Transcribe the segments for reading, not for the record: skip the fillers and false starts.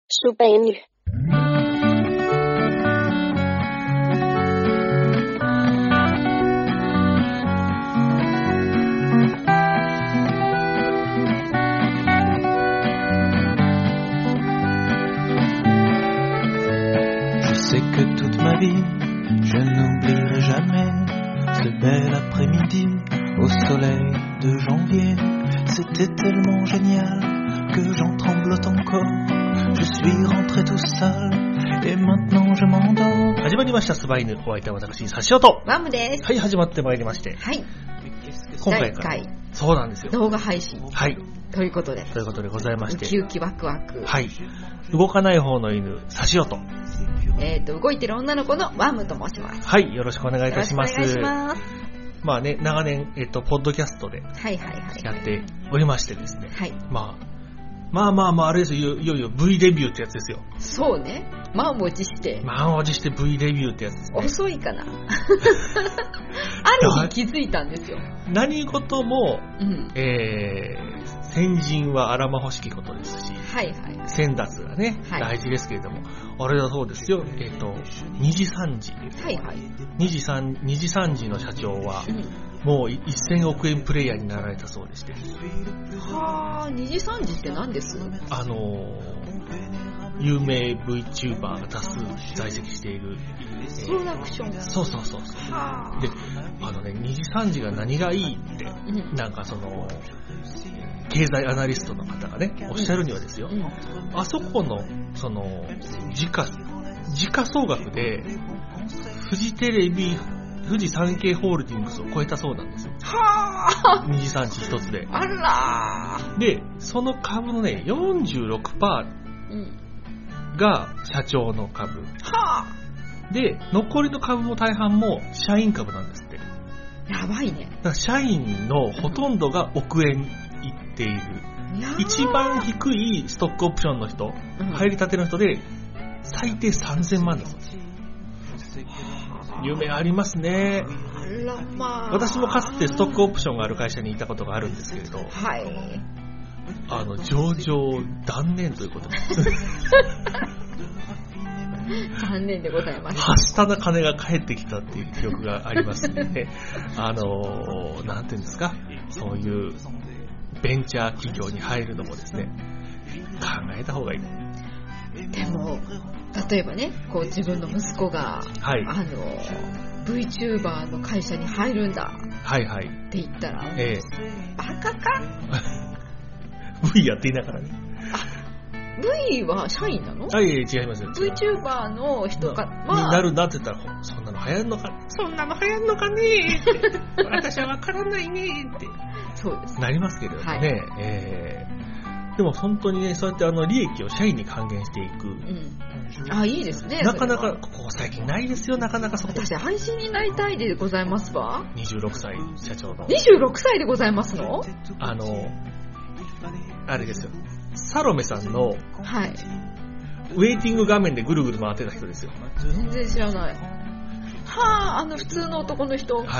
Shubhengu. Je sais que toute ma vie, je n'oublierai jamais ce bel après-midi au soleil de janvier. C'était tellement génial que j'en tremblote encore. Je suis rentré tout seul et maintenant je m'endors. 始まりましたスバイヌ、お相手は私サシオと。 ワムです。 はい、始まってまいりまして、 はい。 今回から第1回そうなんですよ。 動画配信はいということでございましウて、 キウキワクワク、 はい、動かない方の犬サシオと、 動いてる女の子のワムと申します。 はい、よろしくお願いいたします。 よろしくお願いします。 まあね、長年ポッドキャストではいはいはいやっておりましてですね、 はい。 まああれですよ、いよいよ V レビューってやつですよ。 そうね。満を持して。 満を持して V レビューってやつですね。 遅いかな。ある日気づいたんですよ。 何事も、 うん。 先人はあらまほしきことですし、 はいはい。 先達がね、 はい大事ですけれども、あれだそうですよ、二次三次。 はいはい。 二次三次の社長は、もう1000億円プレイヤーになられたそうでして。 はぁ、二次三次って何です？ 有名 VTuber が多数在籍している。 プロダクション。 そう。 はで、二次三次が何がいいって、なんか経済アナリストの方がね、おっしゃるにはですよ、あそこの、時価総額で、フジテレビ、富士山系ホールディングスを超えたそうなんですよ。 はぁ。 二次三次一つで。 あらー。 で、その株のね、46%が社長の株。 はぁ。 で、残りの株も大半も社員株なんですって。 やばいね。 だから社員のほとんどが億円いっている。一番低いストックオプションの人、入りたての人で最低3000万だそうです。夢ありますね。 あらまあ。 私もかつてストックオプションがある会社にいたことがあるんですけれど、 はい。 上場断念ということです。 残念でございます。 はしたな金が返ってきたっていう記憶がありますね。なんていうんですか、そういうベンチャー企業に入るのもですね、考えた方がいい。 でも例えばね、こう自分の息子が、 はい、 VTuber の会社に入るんだ、 はいはい、 って言ったら、バカか V やっていながらね。 V は社員なの？ はい、違いますよ。 VTuber の人が、 になるんだって言ったら、そんなの流行んのかねって私はわからないねってそうですなりますけれどもね、はい、でも本当にね、そうやって利益を社員に還元していく、 いいですね。 なかなかここ最近ないですよ。なかなかそこ。 私配信になりたいでございますわ。 26歳社長の。 26歳でございますの？ あれですよ、サロメさんの、 はい、 ウェイティング画面でぐるぐる回ってた人ですよ。 全然知らない。はぁ、普通の男の人。 はい。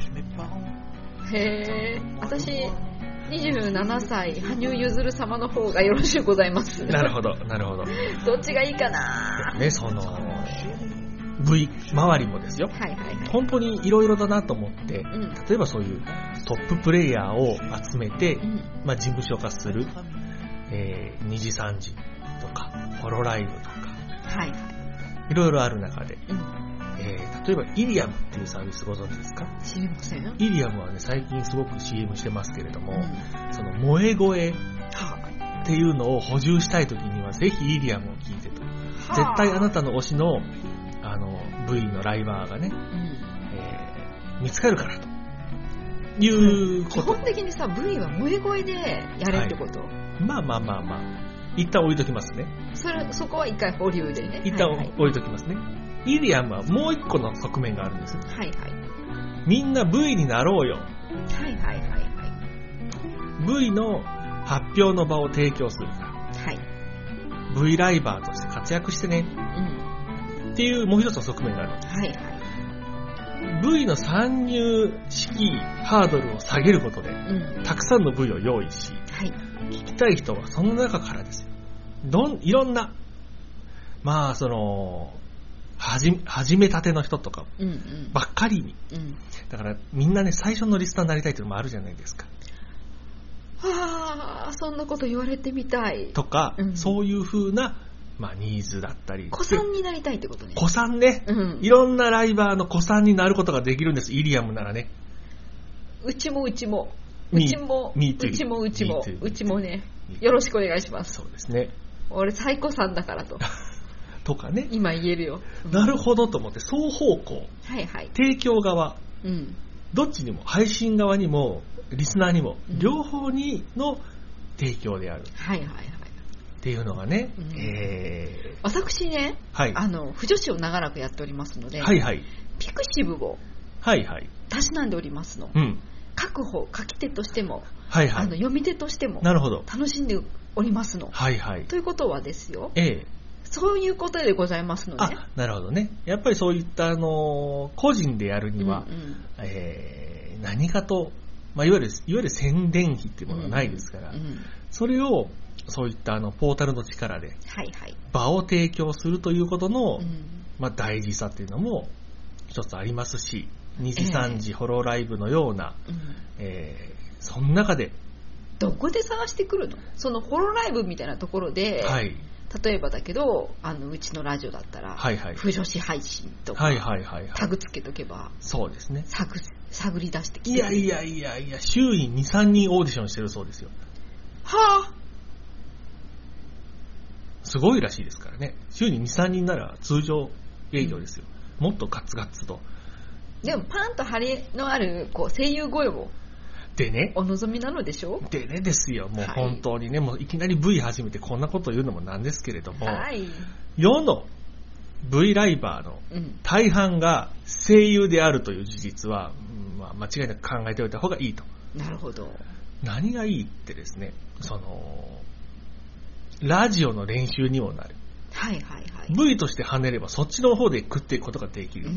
へぇ、私27歳羽生結弦様の方がよろしゅうございます。 なるほど。どっちがいいかな。 ね、V 周りもですよ。はい。本当にいろいろだなと思って、例えばそういうトッププレイヤーを集めて、事務所化する、二次三次とかホロライブとか、いろいろある中で、例えばイリアムっていうサービスご存知ですか？ 知りません。 イリアムはね、最近すごく CM してますけれども、その萌え声っていうのを補充したいときにはぜひイリアムを聞いてと、絶対あなたの推しのV のライバーがね、見つかるからということ。 基本的にさ、V は萌え声でやれってこと？ まあ一旦置いときますね。 そこは一回保留でね。 一旦置いときますね。イリアムはもう一個の側面があるんですよ。みんな V になろうよ。V の発表の場を提供するから。V ライバーとして活躍してね。っていうもう一つの側面がある。V の参入敷居ハードルを下げることで、たくさんの V を用意し、聞きたい人はその中からですよ。 いろんな、まあ、その、始めたての人とかばっかりに、だからみんなね、最初のリスナーになりたいっていうのもあるじゃないですか。 はあ、そんなこと言われてみたい。 とか、そういう風な、まあ、ニーズだったり。 子さんになりたいってことね。 子さんね、いろんなライバーの子さんになることができるんです、イリアムならね。 うちもね、よろしくお願いします。 そうですね。 俺最古さんだからと。 とかね。 今言えるよ。 なるほどと思って、双方向。 はいはい。 提供側。どっちにも、配信側にも、リスナーにも、両方にの提供である。 はいはいはい。 っていうのがね、 私ね、 はい、 不女子を長らくやっておりますので、 はいはい、 ピクシブをたしなんでおりますの。書き手としても、はいはい、読み手としても楽しんでおりますの。 はいはい、 ということはですよ、そういうことでございますのね。 なるほどね。やっぱりそういった個人でやるには、何かと、まあ、いわゆる宣伝費っていうものがないですから、それをそういったポータルの力で場を提供するということの、まあ、大事さっていうのも一つありますし、2時3時ホロライブのような、その中でどこで探してくるの？そのホロライブみたいなところで、はい、例えばだけどうちのラジオだったら、はいはい、不女子配信とか、タグつけとけば、 そうですね、 探り出してきて、 いや週に 2,3 人オーディションしてるそうですよ。 はあ、 すごいらしいですからね。週に 2,3 人なら通常営業ですよ。もっとガツガツと。 でもパンと張りのある声優声をでね、 お望みなのでしょ。 でねですよ。もう本当にね、もういきなり V 始めてこんなことを言うのもなんですけれども、世の V ライバーの大半が声優であるという事実は、まあ、間違いなく考えておいた方がいいと。 なるほど。 何がいいってですね、ラジオの練習にもなる。 はいはいはい。 V として跳ねればそっちの方で食っていくことができる。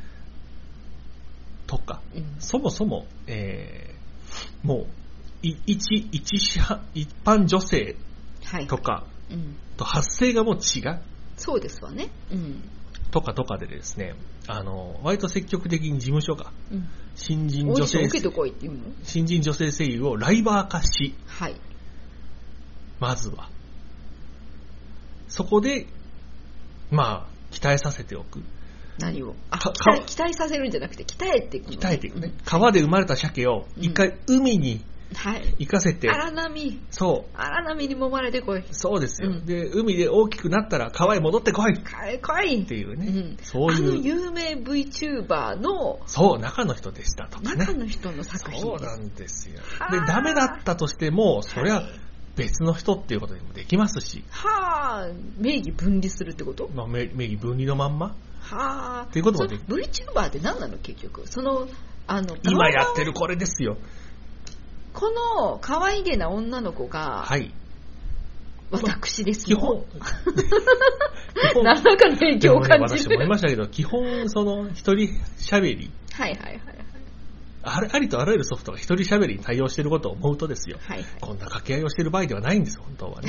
とか、そもそも、もう一般女性とかと発声がもう違う。 そうですわね。 とかでですね、割と積極的に事務所が、新人女性声優をライバー化し、はい、まずはそこでまあ期待させておく。 何を期待させるんじゃなくて鍛えていくの、ね、 鍛えていくね、川で生まれた鮭を一回海に行かせて、 荒波に揉まれてこい。 そうですよ、で海で大きくなったら川へ戻ってこいっていうね、そういう有名 VTuber の中の人でしたとかね、 中の人の作品です。 そうなんですよ。でダメだったとしてもそれは別の人っていうことにもできますし、 名義分離するってこと？ まあ、名義分離のまんまっていうこともできる。 VTuber って何なの結局？ 今やってるこれですよ。 この可愛げな女の子が、私ですよ。基本何らかの影響を感じる。 私も思いましたけど、基本一人喋り、ありとあらゆるソフトが一人喋りに対応していることを思うとですよ、こんな掛け合いをしている場合ではないんですよ、本当はね。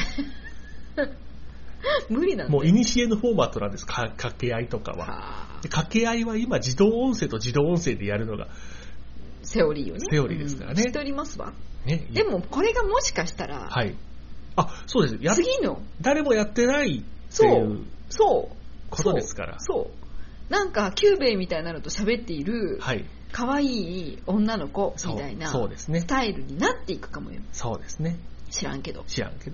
無理なんだよ。 もうイニシエのフォーマットなんです、掛け合いとかは。で掛け合いは今自動音声と自動音声でやるのがセオリーよね。 セオリーですからね。 知っておりますわ。ね、でもこれがもしかしたら、 そうです。 次の誰もやってないっていうことですから。 なんかキューベイみたいなのと喋っている可愛い女の子みたいなスタイルになっていくかもよ。 そうですね。 知らんけど。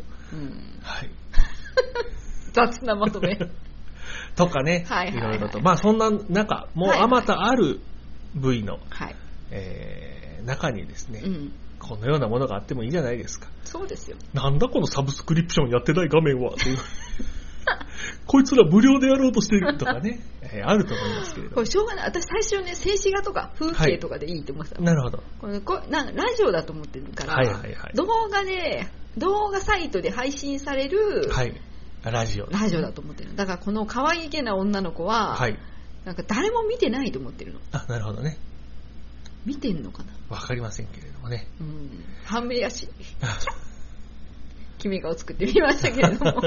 雑なまとめとかね、いろいろと、まあそんな中、もうあまたある V の、中にですね、このようなものがあってもいいじゃないですか。 そうですよ。 なんだこのサブスクリプションやってない画面はっていうこいつら無料でやろうとしてるとかね、あると思いますけれども、 これしょうがない。私最初ね、静止画とか風景とかでいいと思ってた、 なるほど。 ラジオだと思ってるから、動画サイトで配信される、ラジオだと思ってる。だからこの可愛いげな女の子は、なんか誰も見てないと思ってるの。 なるほどね。 見てんのかな、 わかりませんけれどもね。 判明やし決め顔を作ってみましたけれども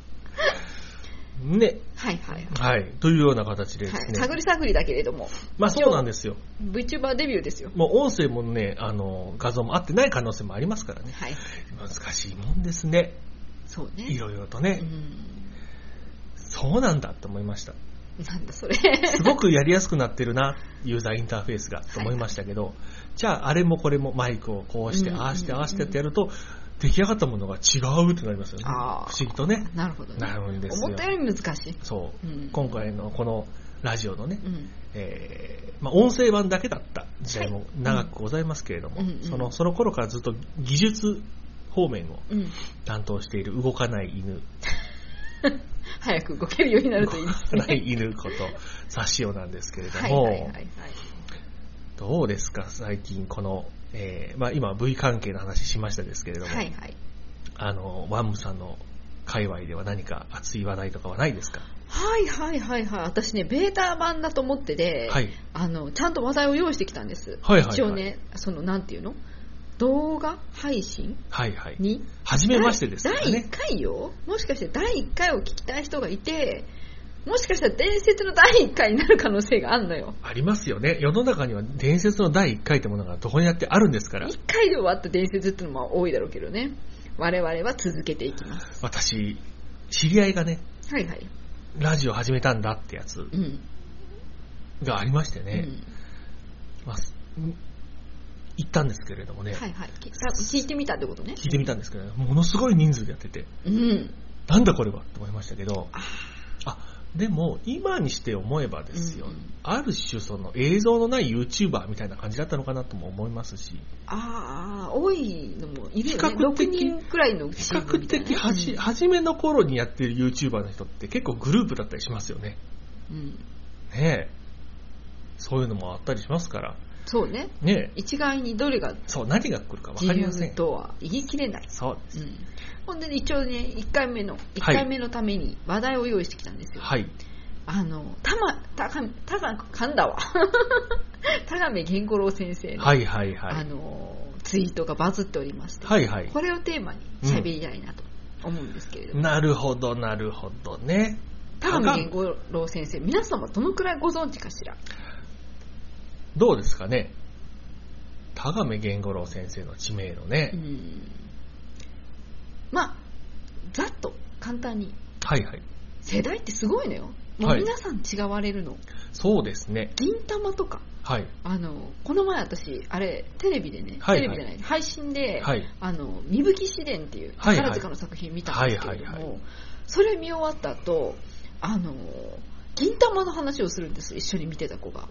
ね。 はいはいはい。というような形でですね。 探り探りだけれども。 まあそうなんですよ。 VTuber デビューですよ。 もう音声もね、画像も合ってない可能性もありますからね。 はい。 難しいもんですね。 そうね。 いろいろとね。そうなんだと思いました。 なんだそれ。 すごくやりやすくなってるな、ユーザーインターフェースがと思いましたけど、じゃああれもこれもマイクをこうして、ああしてああしてってやると、出来上がったものが違うってなりますよね。不思議とね。 なるほどね。 なるんですよ。 思ったより難しい。 そう。今回のこのラジオのね、音声版だけだった時代も長くございますけれども、その頃からずっと技術方面を担当している動かない犬。 早く動けるようになるといいですね。 動かない犬ことサシオなんですけれども、どうですか最近この今 V 関係の話しましたですけれども、ワンムさんの界隈では何か熱い話題とかはないですか？ 私ねベータ版だと思ってで、ちゃんと話題を用意してきたんです。一応ね、なんていうの動画配信に初めましてですね。 第1回よ。もしかして第1回を聞きたい人がいて、もしかしたら伝説の第1回になる可能性があるのよ。 ありますよね。世の中には伝説の第1回ってものがどこにだってあるんですから。 1回で終わった伝説っていうのも多いだろうけどね。我々は続けていきます。 私、知り合いがね、ラジオ始めたんだってやつがありましてね。行ったんですけれどもね。 聞いてみたってことね。 聞いてみたんですけど、ものすごい人数でやってて、なんだこれはと思いましたけど、でも今にして思えばですよ、ある種その映像のない YouTuber みたいな感じだったのかなとも思いますし、 多いのもいるよね。6人くらいの比較的初めの頃にやってる YouTuber の人って結構グループだったりしますよね。ねえ、そういうのもあったりしますから。 そうね。一概にどれが何が来るか分かりません。 自分とは言い切れない。 そうです。 ほんで一応ね、1回目のために話題を用意してきたんですよ。噛んだわ。田亀源五郎先生の、ツイートがバズっておりまして、これをテーマに喋りたいなと思うんですけれども。 なるほどなるほどね。 田亀源五郎先生、皆様どのくらいご存知かしら？ どうですかね。田亀源五郎先生の知名度ね。 ざっと簡単に。世代ってすごいのよ。もう皆さん違われるの。 そうですね。 銀玉とか。この前私あれテレビでね、テレビじゃない、配信で、三吹試練っていう宝塚の作品見たんですけれども、それ見終わった後、銀玉の話をするんです。一緒に見てた子が。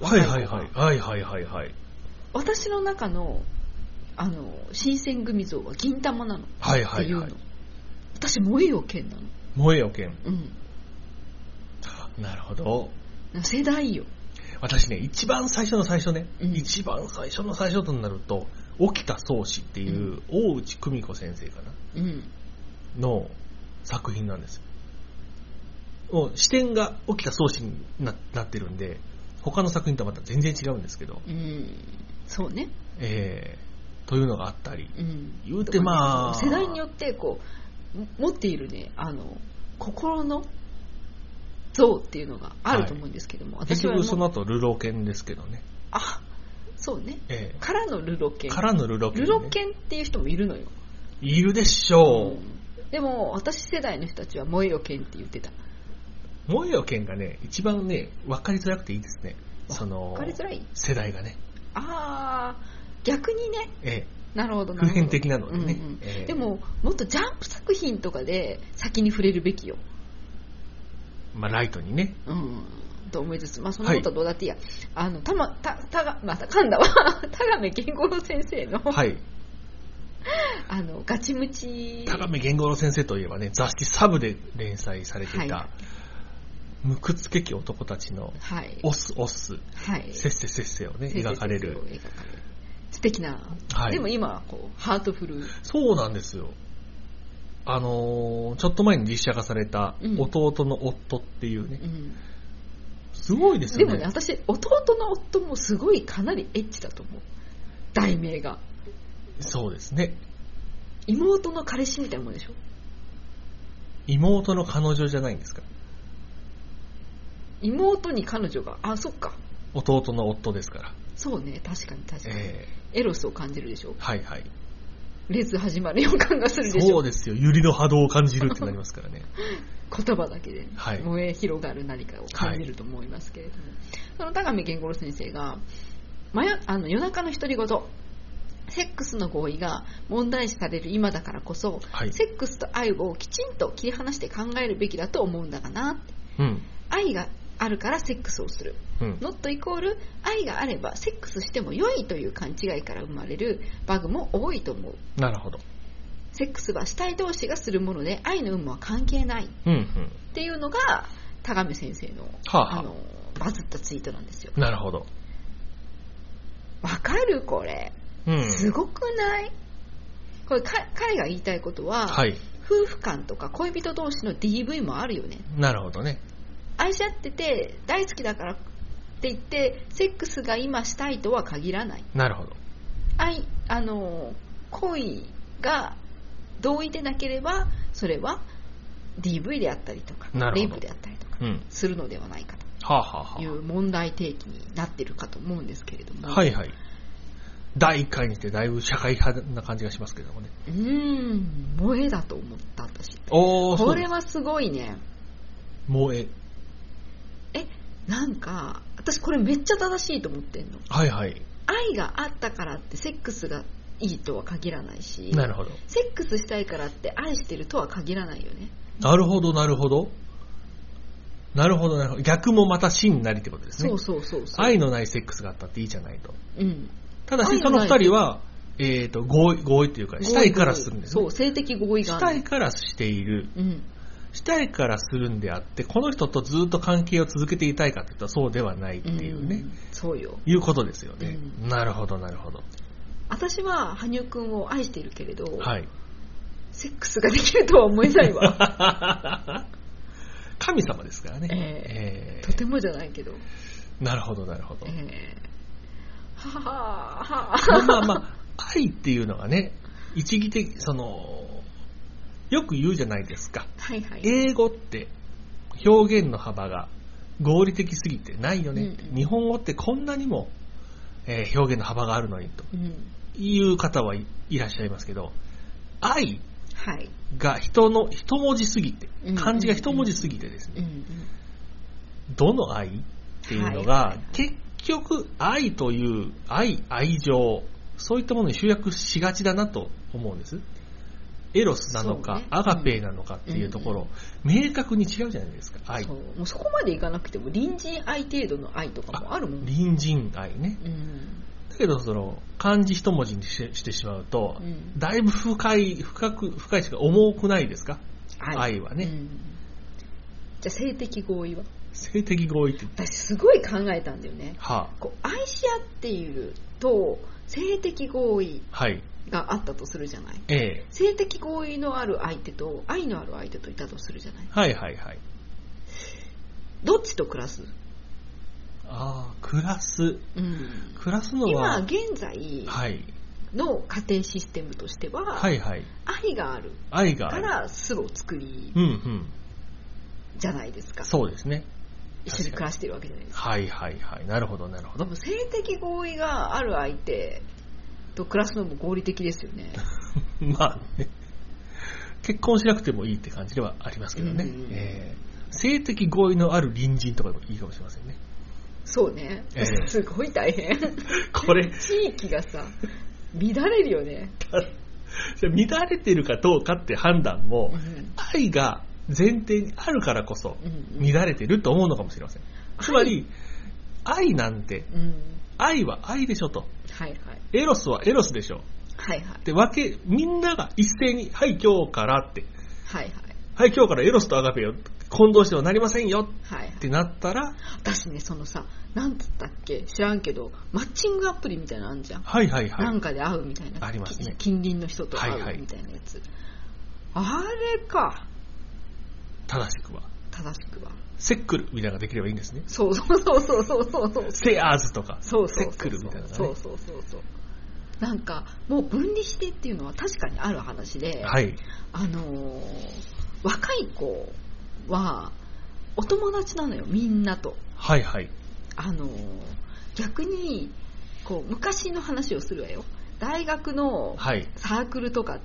私の中の新選組像は銀玉なのっていうの。私萌えよ剣なの。 萌えよ剣。なるほど。 世代よ。 私ね、一番最初の最初ね、一番最初の最初となると沖田総司っていう大内久美子先生かな、の作品なんですよ。もう視点が沖田総司に なってるんで、他の作品とはまた全然違うんですけど、 そうね。 というのがあったり、言うて世代によってこう持っているね、心の像っていうのがあると思うんですけども、 結局その後ルロケンですけどね。 そうね。からのルロケン。 ルロケンっていう人もいるのよ。 いるでしょう。でも私世代の人たちは萌えよ剣って言ってた。 萌えよ剣がね、一番ね、分かりづらくていいですね。 分かりづらい？ 世代がね。 逆にね。なるほどなるほど。 普遍的なのでね。 でももっとジャンプ作品とかで先に触れるべきよ。 ライトにね。 と思いつつ、そのことはどうだっていいや。また噛んだわ。田亀源五郎先生の。ガチムチ。 田亀源五郎先生といえばね、雑誌サブで連載されていた、むくつけき男たちの、オス、せっせせっせをね、描かれる。 素敵な。でも今こうハートフル。 そうなんですよ。ちょっと前に実写化された弟の夫っていうね、すごいですよね。 でもね、私弟の夫もすごいかなりエッチだと思う。題名が。 そうですね。 妹の彼氏みたいなもんでしょ。 妹の彼女じゃないんですか？ 妹に彼女が、あ、そっか。 弟の夫ですから。 そうね、確かに。エロスを感じるでしょ。 はいはい。 レズ始まる予感がするでしょ。 そうですよ、百合の波動を感じるってなりますからね。 言葉だけで燃え広がる何かを感じると思いますけれども、その田上健五郎先生が夜中の独り言、セックスの合意が問題視される今だからこそ、セックスと愛をきちんと切り離して考えるべきだと思うんだがなって、愛があるからセックスをする、ノットイコール愛があればセックスしても良いという勘違いから生まれるバグも多いと思う。 なるほど。 セックスは主体同士がするもので愛の有無は関係ないっていうのが田上先生の、バズったツイートなんですよ。 なるほど。 わかるこれ、すごくない？これ彼が言いたいことは、夫婦間とか恋人同士の DV もあるよね。 なるほどね。 愛し合ってて大好きだからって言ってセックスが今したいとは限らない。 なるほど。 恋が同意でなければそれは DV であったりとかレイプであったりとかするのではないかという問題提起になってるかと思うんですけれども、 はいはい。第1回にしてだいぶ社会派な感じがしますけどもね。 萌えだと思った私。これはすごいね。 萌え。 なんか私これめっちゃ正しいと思ってんの。 はいはい。 愛があったからってセックスがいいとは限らないし、 なるほど。 セックスしたいからって愛してるとは限らないよね。 なるほどなるほど。なるほどなるほど。逆もまた真になりってことですね。 そう愛のないセックスがあったっていいじゃないと。ただしその二人は合意というかしたいからするんですね。 そう性的合意がある。 したいからしている。したいからするんであってこの人とずっと関係を続けていたいかといったらそうではないっていうね、 そうよいうことですよね、なるほどなるほど。 私は羽生くんを愛しているけれど、セックスができるとは思えないわ。 神様ですからね、 とてもじゃないけど。 なるほどなるほど。 まあ愛っていうのがね一義的よく言うじゃないですか、英語って表現の幅が合理的すぎてないよねって、日本語ってこんなにも、表現の幅があるのにという方はいらっしゃいますけど、愛が一文字すぎて、漢字が一文字すぎてですね、どの愛っていうのが結局愛という愛情そういったものに集約しがちだなと思うんです。エロスなのか、アガペーなのかっていうところ、明確に違うじゃないですか。愛。 もうそこまでいかなくても隣人愛程度の愛とかもあるもん。 隣人愛ね。だけど漢字一文字にしてしまうと、だいぶ深いしか重くないですか？愛はね。 じゃあ性的合意は？ 性的合意って私すごい考えたんだよね。愛し合っていると性的合意。があったとするじゃない、性的合意のある相手と愛のある相手といたとするじゃない。どっちと暮らす？ 暮らすのは今現在の家庭システムとしては、愛があるから巣を作り、じゃないですか。 そうですね。 一緒に暮らしてるわけじゃないですか。 なるほどなるほど。 でも性的合意がある相手と暮らすのも合理的ですよね。 まあね、結婚しなくてもいいって感じではありますけどね、性的合意のある隣人とかでもいいかもしれませんね。 そうね、すごい大変。 これ地域がさ乱れるよね。 乱れてるかどうかって判断も、愛が前提にあるからこそ乱れてると思うのかもしれません。つまり愛なんて、愛は愛でしょと、エロスはエロスでしょ、でみんなが一斉に今日からって、今日からエロスとアガペを混同してはなりませんよってなったら、 私ねなんつったっけ知らんけどマッチングアプリみたいなのあるじゃん。なんかで会うみたいな、 ありますね。 近隣の人と会うみたいなやつ、あれか。 正しくはセックルみたいなのができればいいんですね。 そうセアーズとかセックルみたいなね。 なんかもう分離してっていうのは確かにある話で、 若い子はお友達なのよ、みんなと。 はいはい。 逆にこう昔の話をするわよ。大学のサークルとかって、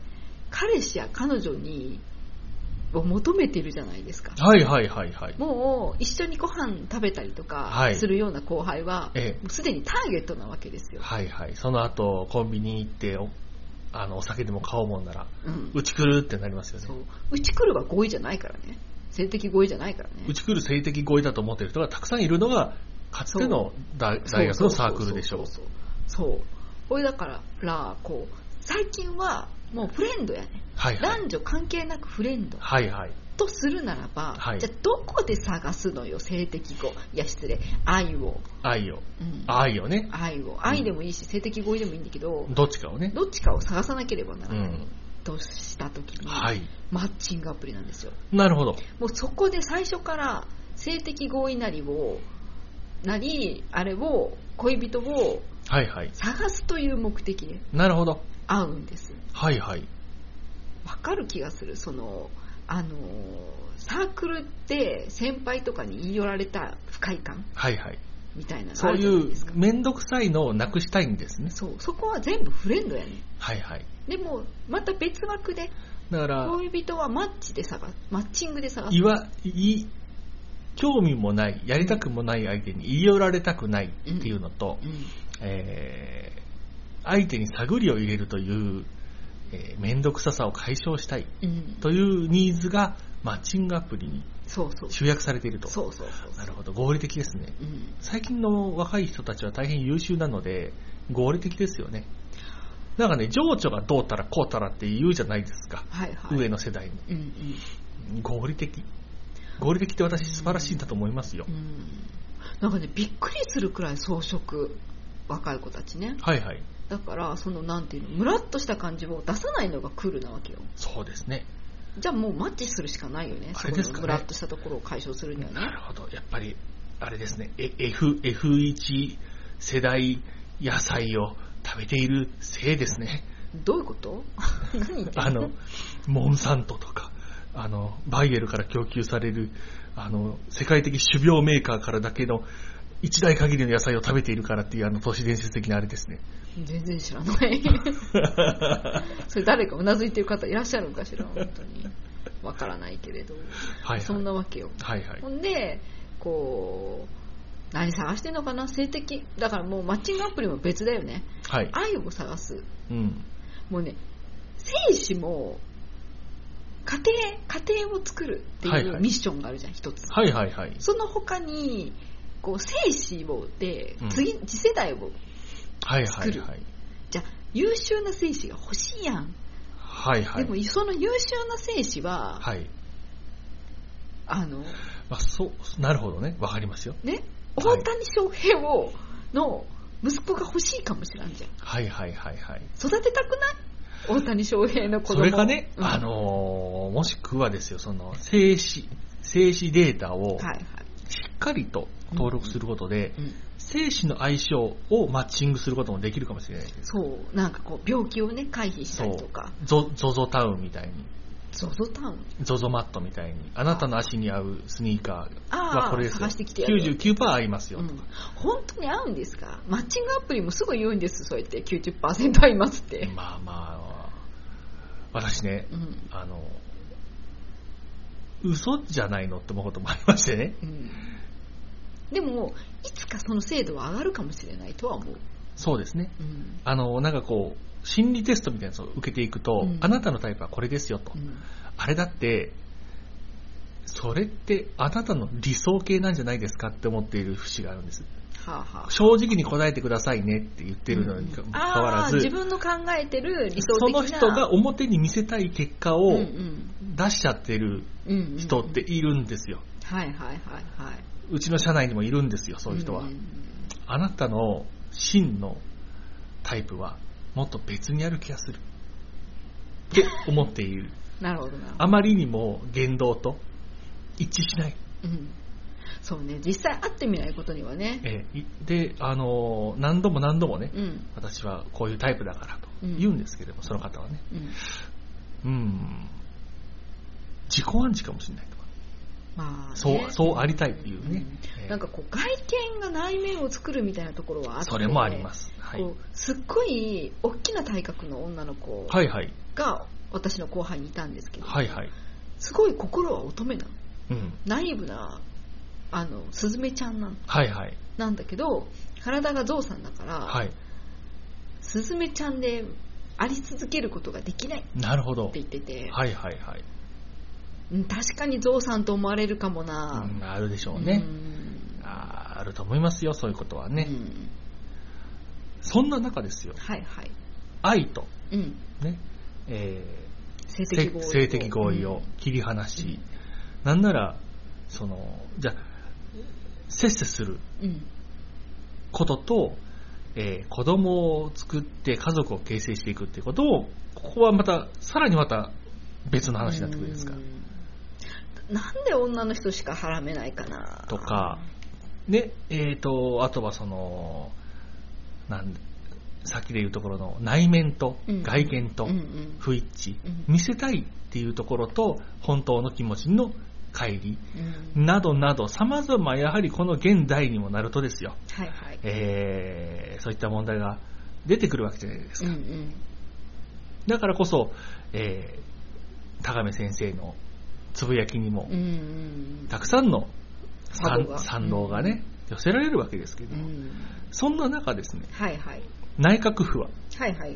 彼氏や彼女を求めてるじゃないですか。 はいはいはいはい。 もう一緒にご飯食べたりとかするような後輩は、もうすでにターゲットなわけですよ。 はいはい。その後コンビニ行ってお酒でも買おうもんなら、うち来るってなりますよね。そう。 うち来るは合意じゃないからね。性的合意じゃないからね。 うち来る性的合意だと思ってる人がたくさんいるのがかつての大学のサークルでしょう。 そう。これだからこう最近はもうフレンドやね、はいはい、男女関係なくフレンド、はいはい、とするならば、はい、じゃあどこで探すのよ、性的合意、失礼、愛を、愛をね、愛でもいいし、性的合意でもいいんだけど、 どっちかを探さなければならない、としたときに、はい、マッチングアプリなんですよ。 なるほど。 もうそこで最初から性的合意なりあれを恋人を探すという目的で、 なるほど、 会うんです。 はいはい。 わかる気がする。サークルって先輩とかに言い寄られた不快感、はいはい、みたいなのあるじゃないですか。 そういう面倒くさいのをなくしたいんですね。 そこは全部フレンドやね。 はいはい。 でもまた別枠で、だから恋人はマッチングで探す。 興味もない、やりたくもない相手に言い寄られたくないっていうのと、相手に探りを入れるという面倒くささを解消したいというニーズがマッチングアプリに集約されていると。なるほど、合理的ですね、最近の若い人たちは大変優秀なので合理的ですよね。なんかね、情緒がどうたらこうたらって言うじゃないですか、はいはい、上の世代に、合理的って私素晴らしいんだと思いますよ。 なんかね、びっくりするくらい装飾、若い子たちね。はいはい。だからなんていうの、ムラッとした感じを出さないのがクールなわけよ。 そうですね。 じゃあもうマッチするしかないよね。 あれですかね。 ムラッとしたところを解消するにはね。 なるほど。やっぱりあれですね。F1 世代野菜を食べているせいですね。 どういうこと？何言ってんの？ モンサントとか。バイエルから供給される世界的種苗メーカーからだけの一代限りの野菜を食べているからっていう都市伝説的なあれですね。 全然知らないそれ誰かうなずいてる方いらっしゃるのかしら、本当にわからないけれど、はいはい、そんなわけよ、はいはい、ほんでこう何探してんのかな、性的だからもうマッチングアプリも別だよね、はい、愛を探す、もうね、精子も家庭を作るっていうミッションがあるじゃん、一つ、はいはいはい、その他にこう精子で次世代を作る、じゃあ優秀な精子が欲しいやん、はいはい、でもその優秀な精子は、はい、 なるほどね、わかりますよね、 大谷翔平の息子が欲しいかもしれんじゃん、 はいはいはいはい、 育てたくない？大谷翔平の子供。 それがね、もしくはですよ、その精子データをしっかりと登録することで、精子の相性をマッチングすることもできるかもしれないです。 そう、なんかこう病気をね回避したりとか、 ZOZOタウンみたいに、 ZOZOタウン、 ZOZOマットみたいに、あなたの足に合うスニーカーはこれですよ、 探してきてやる 99% 合いますよとか、 本当に合うんですか？マッチングアプリもすぐ言うんです、そうやって 90% 合いますって。 まあまあ私ね、嘘じゃないのって思うこともありましてね、 でもいつかその精度は上がるかもしれないとは思う。 そうですね、なんかこう心理テストみたいなやつを受けていくと、あなたのタイプはこれですよと、あれだってそれってあなたの理想形なんじゃないですかって思っている節があるんです。正直に答えてくださいねって言ってるのにかかわらず、 自分の考えてる理想的なその人が表に見せたい結果を出しちゃってる人っているんですよ。はいはいはいはい。うちの社内にもいるんですよ、そういう人は。あなたの真のタイプはもっと別にある気がするって思っている。 なるほどなるほど。 あまりにも言動と一致しない。 そうね、実際会ってみないことにはね。 で、何度もね、私はこういうタイプだからと言うんですけれども、その方はね。 自己暗示かもしれないとか、 まあね、そうありたいっていうね、 なんかこう外見が内面を作るみたいなところはあって、 それもあります、はい、 こうすっごい大きな体格の女の子が私の後輩にいたんですけど、 はいはい、 すごい心は乙女なの、 うん、 ナイーブなスズメちゃんなの、 はいはい、 なんだけど体がゾウさんだから、 はい、 スズメちゃんであり続けることができないって言ってて、 はいはいはい、 確かにゾウさんと思われるかもな、 あるでしょうね、あると思いますよ、そういうことはね、そんな中ですよ、 はいはい、 愛と、ね、 性的合意を切り離し、なんならじゃあせっせすることと、子供を作って家族を形成していくっていうことを、ここはさらにまた別の話になってくるんですか。 なんで女の人しかはらめないかなとかね、あとはさっきでいうところの内面と外見と不一致、見せたいっていうところと本当の気持ちの乖離、などなど様々、やはりこの現代にもなるとですよ、 はいはい、 そういった問題が出てくるわけじゃないですか、だからこそ、高目先生のつぶやきにも、たくさんの賛同がね、寄せられるわけですけど、そんな中ですね、 はいはい、 内閣府は、 はいはい、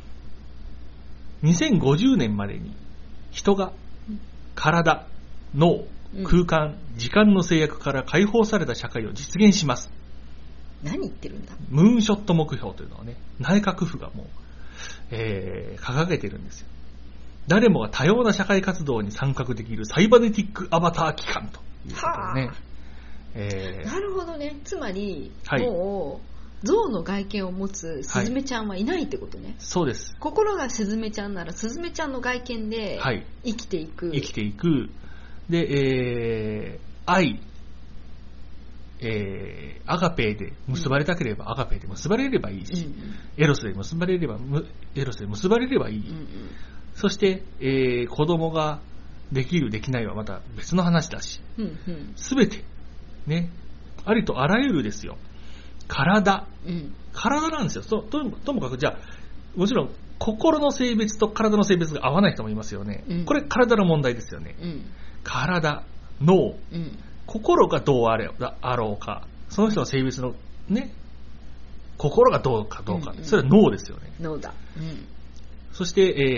2050年までに人が体、脳、空間、時間の制約から解放された社会を実現します。 何言ってるんだ。 ムーンショット目標というのはね、内閣府がもう、掲げてるんですよ。誰もが多様な社会活動に参画できるサイバネティックアバター機関ということでね。 なるほどね。つまり、もう象の外見を持つスズメちゃんはいないってことね。 そうです。 心がスズメちゃんならスズメちゃんの外見で生きていく。 で、愛、アガペーで結ばれたければアガペーで結ばれればいいし、エロスで結ばれればエロスで結ばれればいい。そして、子供ができるできないはまた別の話だし、すべてね、ありとあらゆるですよ、体なんですよ。ともかくじゃあ、もちろん心の性別と体の性別が合わない人もいますよね。これ体の問題ですよね。体、脳、心がどうあろうか、その人の性別のね、心がどうか、それは脳ですよね。 脳だ。 そして、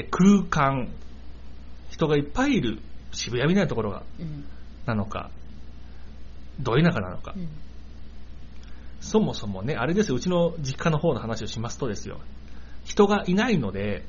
空間、人がいっぱいいる渋谷みたいなところが、なのか、ど田舎なのか、そもそもね、あれですよ、うちの実家の方の話をしますとですよ、人がいないので、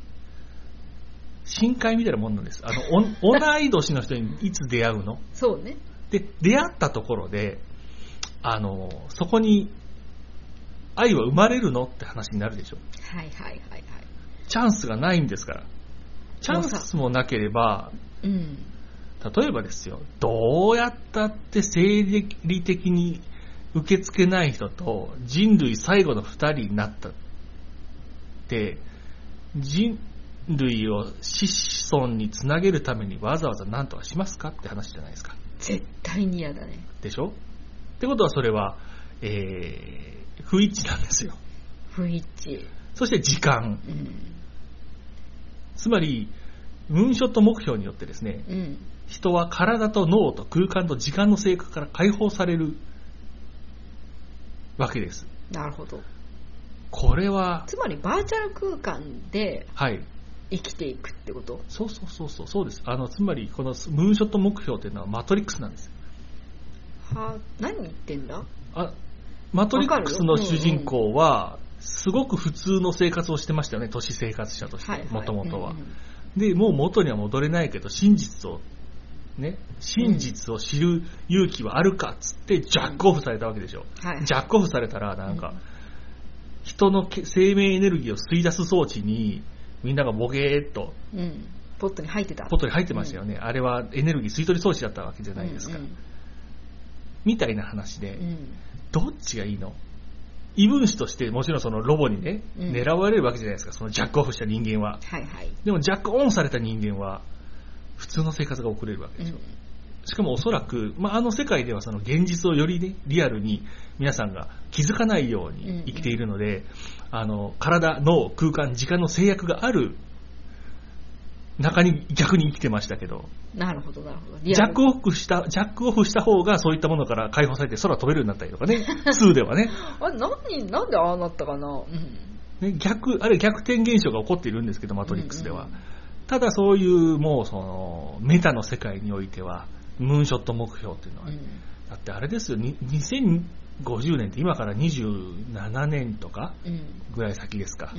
深海みたいなもんなんです。同い年の人にいつ出会うの？ そうね。 で、出会ったところで、そこに愛は生まれるのって話になるでしょ。 はいはいはいはい。 チャンスがないんですから。チャンスもなければ、例えばですよ、どうやったって生理的に受け付けない人と人類最後の2人になったって、人類を子孫につなげるためにわざわざ何とかしますかって話じゃないですか。 絶対に嫌だね。 でしょ？ってことはそれは、不一致なんですよ。 不一致。 そして時間。つまり、ムーンショット目標によってですね、人は体と脳と空間と時間の制約から解放されるわけです。 なるほど。 これはつまりバーチャル空間で生きていくってこと？ そうです。つまりこのムーンショット目標というのはマトリックスなんですよ。 何言ってんだ？ マトリックスの主人公はすごく普通の生活をしてましたよね、都市生活者としてもともとは。でもう元には戻れないけど真実を知る勇気はあるかっつってジャックオフされたわけでしょ。ジャックオフされたらなんか、人の生命エネルギーを吸い出す装置にみんながボゲーっと、 ポットに入ってましたよね。あれはエネルギー吸い取り装置だったわけじゃないですか。みたいな話で、どっちがいいの？異分子としてもちろんそのロボにね、狙われるわけじゃないですか、そのジャックオフした人間は。でもジャックオンされた人間は普通の生活が送れるわけですよ。しかもおそらく、あの世界ではその現実をよりね、リアルに皆さんが気づかないように生きているので、体、脳、空間、時間の制約がある中に逆に生きてましたけど。 なるほど、なるほど。 ジャックオフした方がそういったものから解放されて空飛べるようになったりとかね。2ではね。 なんでああなったかな。 ね、あれ逆転現象が起こっているんですけど、マトリックスでは。ただそういうもうそのメタの世界においては、ムーンショット目標っていうのは、だってあれですよ、2050年って今から27年とかぐらい先ですか。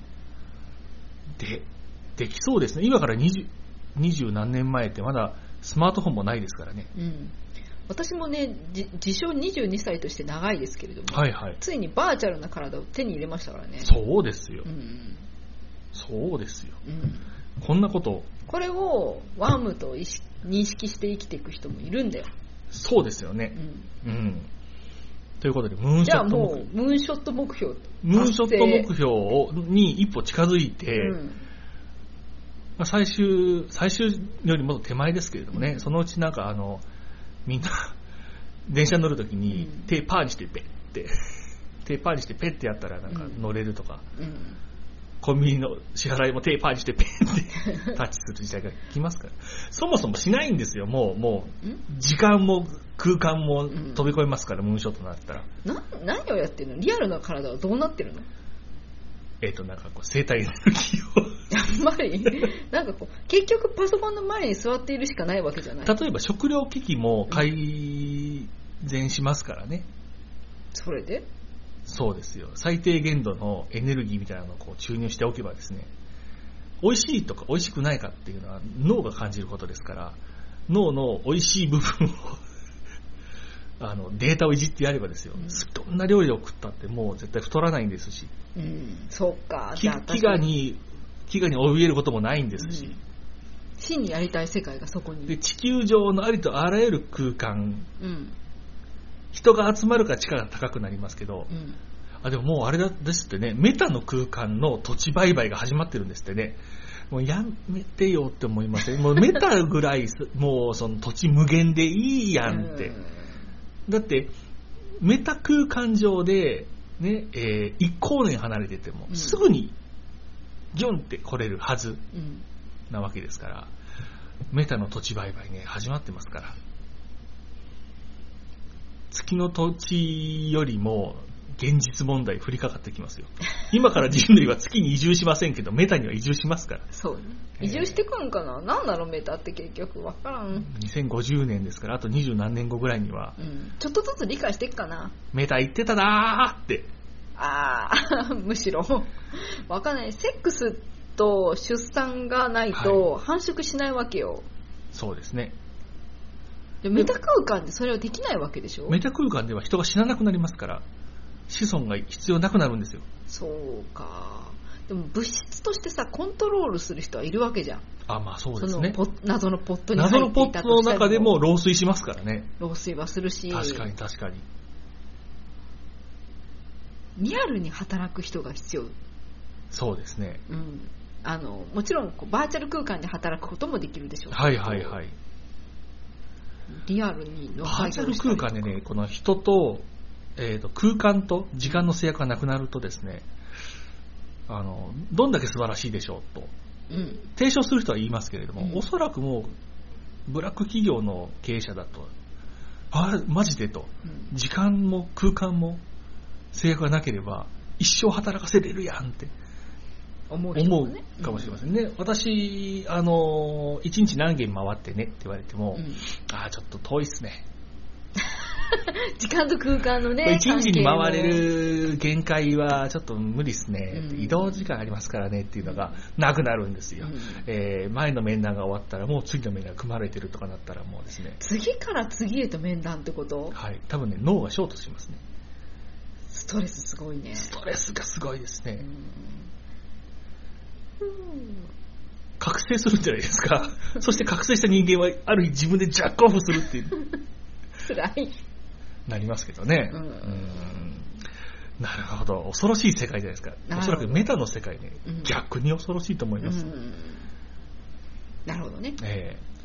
できそうですね。今から20何年前ってまだスマートフォンもないですからね。 私もね、自称22歳として長いですけれども、ついにバーチャルな体を手に入れましたからね。 そうですよ。そうですよ。こんなこと。 これをワームと認識して生きていく人もいるんだよ。 そうですよね。ということで、ムーンショット目標。じゃあもう、ムーンショット目標。 ムーンショット目標に一歩近づいて、最終よりも手前ですけれどもね、そのうちなんかみんな電車に乗るときに手パーにしてペッて手パーにしてペッてやったらなんか乗れるとか、コンビニの支払いも手パーにしてペッてタッチする時代が来ますから、そもそもしないんですよ。もう時間も空間も飛び越えますから、ムーンショットになったら。 何をやってるの？リアルな体はどうなってるの？ なんかこう生体エネルギーをやっぱりなんかこう結局パソコンの前に座っているしかないわけじゃない。 例えば食料危機も改善しますからね。 それで？ そうですよ。最低限度のエネルギーみたいなのをこう注入しておけばですね、美味しいとか美味しくないかっていうのは脳が感じることですから、脳の美味しい部分をデータをいじってやればですよ、どんな料理を食ったってもう絶対太らないんですし、 そうか。 飢餓に怯えることもないんですし、 真にやりたい世界がそこに。 で地球上のありとあらゆる空間、人が集まるから地価が高くなりますけど、でももうあれですってね、メタの空間の土地売買が始まってるんですってね。もうやめてよって思いますね。もうメタぐらいもうその土地無限でいいやんって。だってメタ空間上でね、一光年離れててもすぐにギョンって来れるはずなわけですから、メタの土地売買ね始まってますから。月の土地よりも現実問題降りかかってきますよ。今から人類は月に移住しませんけど、メタには移住しますから。 そうね。移住してくんかな。なんだろうメタって結局わからん。 2050年ですから、あと20何年後ぐらいには、 ちょっとずつ理解していくかな。 メタ行ってたなーって。 むしろわかんない。セックスと出産がないと繁殖しないわけよ。 そうですね。 でメタ空間でそれはできないわけでしょ。 メタ空間では人が死ななくなりますから、子孫が必要なくなるんですよ。 そうか。でも物質としてさ、コントロールする人はいるわけじゃん。 そうですね。 謎のポットに入っていたとしても、 謎のポットの中でも漏水しますからね。 漏水はするし。 確かに。 リアルに働く人が必要。 そうですね。 もちろんバーチャル空間で働くこともできるでしょう。リアルにバーチャル空間でね、この人と、空間と時間の制約がなくなるとですね、どんだけ素晴らしいでしょうと、提唱する人は言いますけれども、おそらくもうブラック企業の経営者だと、マジでと、時間も空間も制約がなければ一生働かせれるやんって思うかもしれませんね。私1日何軒回ってねって言われても、ちょっと遠いっすね。 時間と空間のね、 1日に回れる限界はちょっと無理っすね、移動時間ありますからねっていうのがなくなるんですよ。前の面談が終わったらもう次の面談が組まれてるとかなったらもうですね、 次から次へと面談ってこと？ 多分ね、脳がショートしますね。 ストレスすごいね。 ストレスがすごいですね。覚醒するんじゃないですか。そして覚醒した人間はある日自分でジャックオフするっていう辛いなりますけどね。なるほど、恐ろしい世界じゃないですか。おそらくメタの世界ね、逆に恐ろしいと思います。 なるほどね。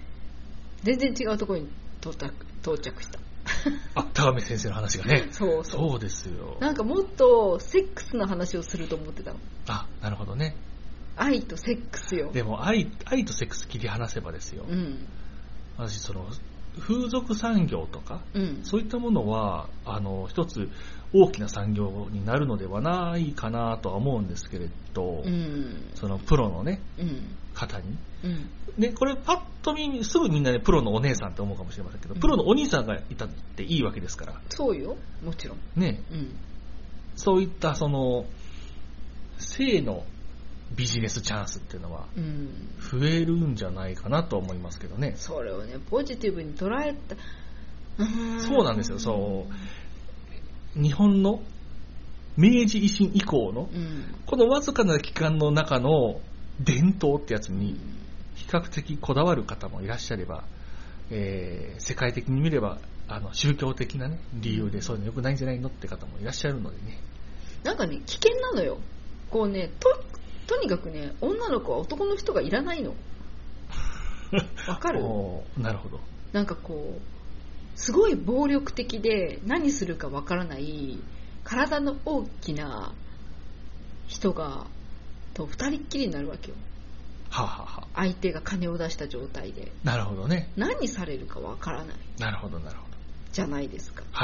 全然違うところに到着した。 高見先生の話がね。 そうですよ。 なんかもっとセックスの話をすると思ってたの。 なるほどね。 愛とセックスよ。 でも愛とセックス切り離せばですよ。私その風俗産業とか、そういったものは一つ大きな産業になるのではないかなとは思うんですけれど、そのプロのね、方に、ね、これパッとすぐみんなねプロのお姉さんって思うかもしれませんけど、プロのお兄さんがいたっていいわけですから。 そうよ、もちろんね、そういったその性のビジネスチャンスっていうのは増えるんじゃないかなと思いますけどね。 それをねポジティブに捉えた。 そうなんですよ。そう日本の明治維新以降の、このわずかな期間の中の伝統ってやつに比較的こだわる方もいらっしゃれば、世界的に見れば宗教的な、ね、理由でそういうの良くないんじゃないのって方もいらっしゃるのでね。 なんかね危険なのよ。こうねとにかくね女の子は男の人がいらないの。わかる？ なるほど。 なんかこうすごい暴力的で何するかわからない体の大きな人がと二人っきりになるわけよ。相手が金を出した状態で。 なるほどね。 何されるかわからない。 なるほどじゃないですか。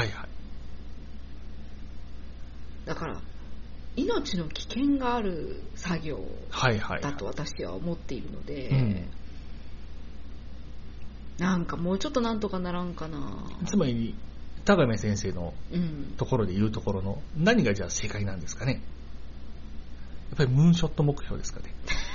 だから命の危険がある作業だと私は思っているので、なんかもうちょっとなんとかならんかな。 つまり高見先生のところで言うところの何がじゃあ正解なんですかね。やっぱりムーンショット目標ですかね。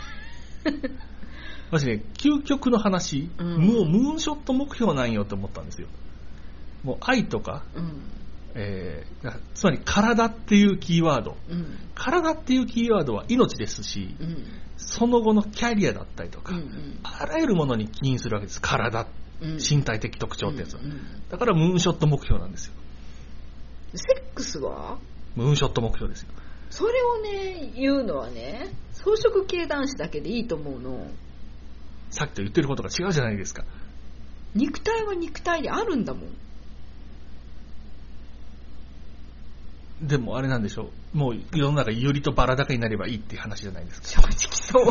私ね究極の話、もうムーンショット目標なんよと思ったんですよ。もう愛とか、つまり体っていうキーワード、体っていうキーワードは命ですし、その後のキャリアだったりとか、あらゆるものに起因するわけです。体、身体的特徴ってやつは、だからムーンショット目標なんですよ。 セックスはムーンショット目標ですよ。 それをね言うのはね草食系男子だけでいいと思うの。 さっきと言ってることが違うじゃないですか。 肉体は肉体であるんだもん。 でもあれなんでしょう、もう世の中よりとバラ高になればいいっていう話じゃないですか。 正直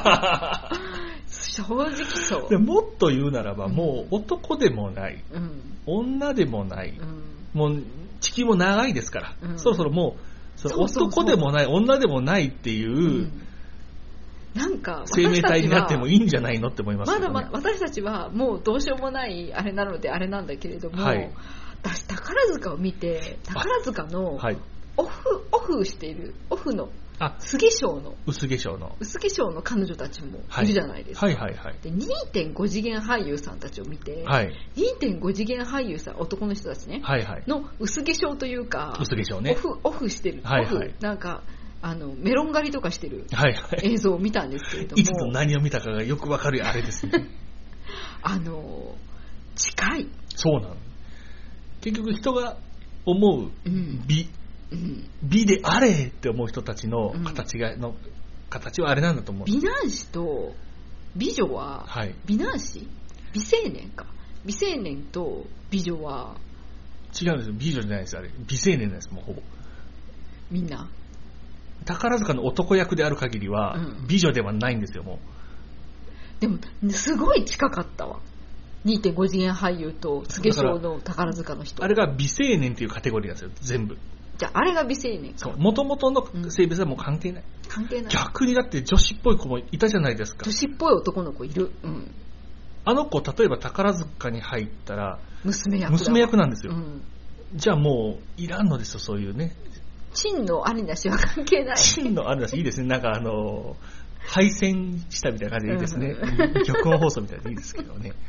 そう正直そうでもっと言うならば、もう男でもない、女でもない、もう地球も長いですから、そろそろもう男でもない女でもないっていう、 なんか生命体になってもいいんじゃないのって思いますけどね。 まだ私たちはもうどうしようもないあれなのであれなんだけれども、私宝塚を見て宝塚のオフしているオフの薄化粧の彼女たちもいるじゃないですか。で 2.5 次元俳優さんたちを見て、2.5 次元俳優さん男の人たちね、の薄化粧というかオフしてる、なんかメロン狩りとかしてる映像を見たんですけれども、 いつと何を見たかがよくわかるあれですね。 近い。 そうなの。結局人が思う美であれって思う人たちの形はあれなんだと思う。 美男子と美女は、美男子美青年と美女は違うんですよ。美女じゃないです。あれ美青年なんです。もうほぼみんな宝塚の男役である限りは、美女ではないんですよ。もうでもすごい近かったわ。2.5 次元俳優と薄化粧の宝塚の人、 あれが美青年っていうカテゴリーなんですよ。全部じゃああれが美青年か。 元々の性別はもう関係ない、逆にだって女子っぽい子もいたじゃないですか。 女子っぽい男の子いる、 あの子例えば宝塚に入ったら娘役なんですよ、じゃあもういらんのですよ。そういうね真のありなしは関係ない。 真のありなしいいですね。なんか敗戦したみたいな感じでいいですね、玉音放送みたいでいいですけどね。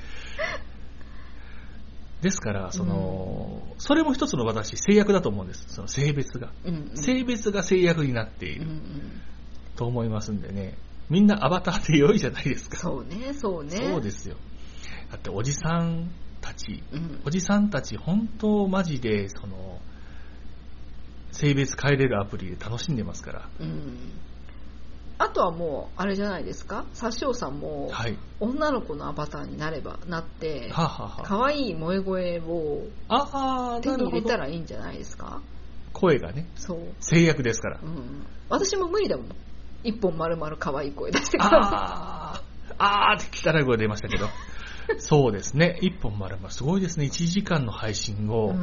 ですからそれも一つの私制約だと思うんです。その性別が、性別が制約になっている、と思いますんでね。みんなアバターで良いじゃないですか。 そうねそうですよ。だっておじさんたち本当マジで性別変えれるアプリで楽しんでますから、 あとはもうあれじゃないですか、サシオさんも、はい、女の子のアバターになって、可愛い萌え声を手に入れたらいいんじゃないですか。 声がね、そう制約ですから、 私も無理だもん、一本丸々可愛い声出してください。 あーって汚い声出ましたけどそうですね、一本丸々すごいですね。1時間の配信を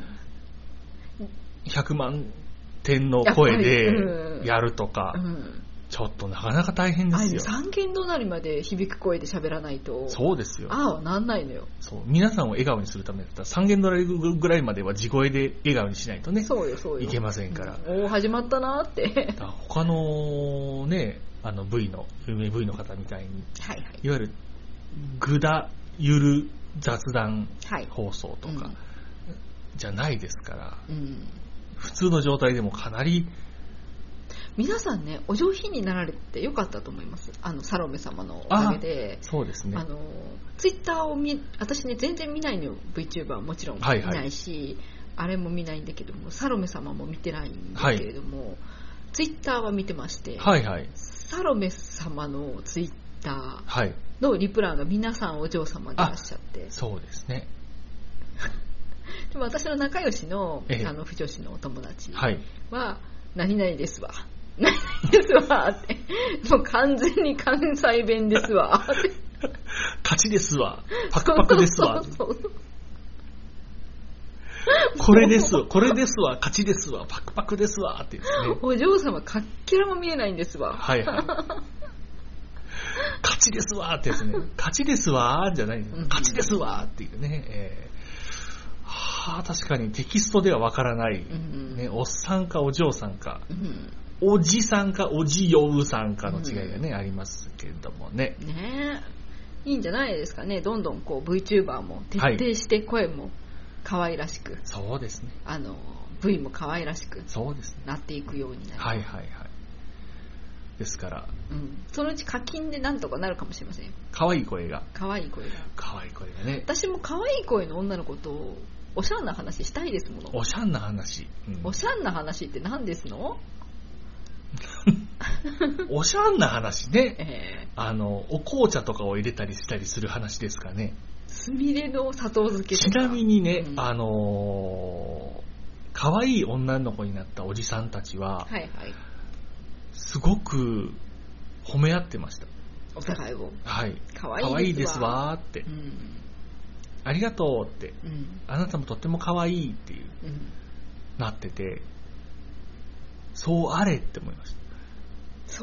100万点の声でやるとか、ちょっとなかなか大変ですよ。 三軒隣まで響く声で喋らないと、 そうですよ、 ああなんないのよ。 そう、皆さんを笑顔にするためだったら三軒隣ぐらいまでは地声で笑顔にしないとね、そうよいけませんから、 お始まったなって他のね、V の有名 V の方みたいに、はいはい、いわゆるぐだゆる雑談放送とか、じゃないですから、普通の状態でもかなり皆さんね、お上品になられてよかったと思います。サロメ様のおかげで。 そうですね。 ツイッターを私ね全然見ないのよ。 VTuber はもちろん見ないし、はいはい、あれも見ないんだけども、サロメ様も見てないんだけれども、はい、ツイッターは見てまして、はいはい、サロメ様のツイッターのリプランが皆さんお嬢様でいらっしゃって、 そうですねでも私の仲良しの、不女子のお友達は、何々ですわ何々ですわって、もう完全に関西弁ですわって勝ちですわ、パクパクですわ、これですわ、勝ちですわ、パクパクですわって言ってね、 お嬢様かっけらも見えないんですわ、 はいはい勝ちですわってですね、勝ちですわじゃない、勝ちですわっていうね、確かにテキストではわからない、ね、おっさんかお嬢さんか、おじさんかおじようさんかの違いがね、ありますけれどもね。 ねえ、いいんじゃないですかね。どんどんこう VTuber も徹底して声も可愛らしく、 そうですね。 V も可愛らしくそうですね、 なっていくようになります。 はいはいはい。ですから、 そのうち課金でなんとかなるかもしれませんよ。 可愛い声がね。 私も可愛い声の女の子とおしゃんな話したいですもの。 おしゃんな話、 おしゃんな話って何ですのおしゃんな話ね、お紅茶とかを入れたりしたりする話ですかね。 すみれの砂糖漬けとか。 ちなみにね、可愛い女の子になったおじさんたちは、はいはい、すごく褒め合ってました、 お互いを。 はい、可愛いですわーって、ありがとうって、あなたもとっても可愛いっていう、なってて、そうあれって思いました。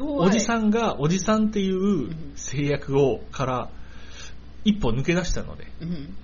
おじさんがおじさんっていう制約から一歩抜け出したので、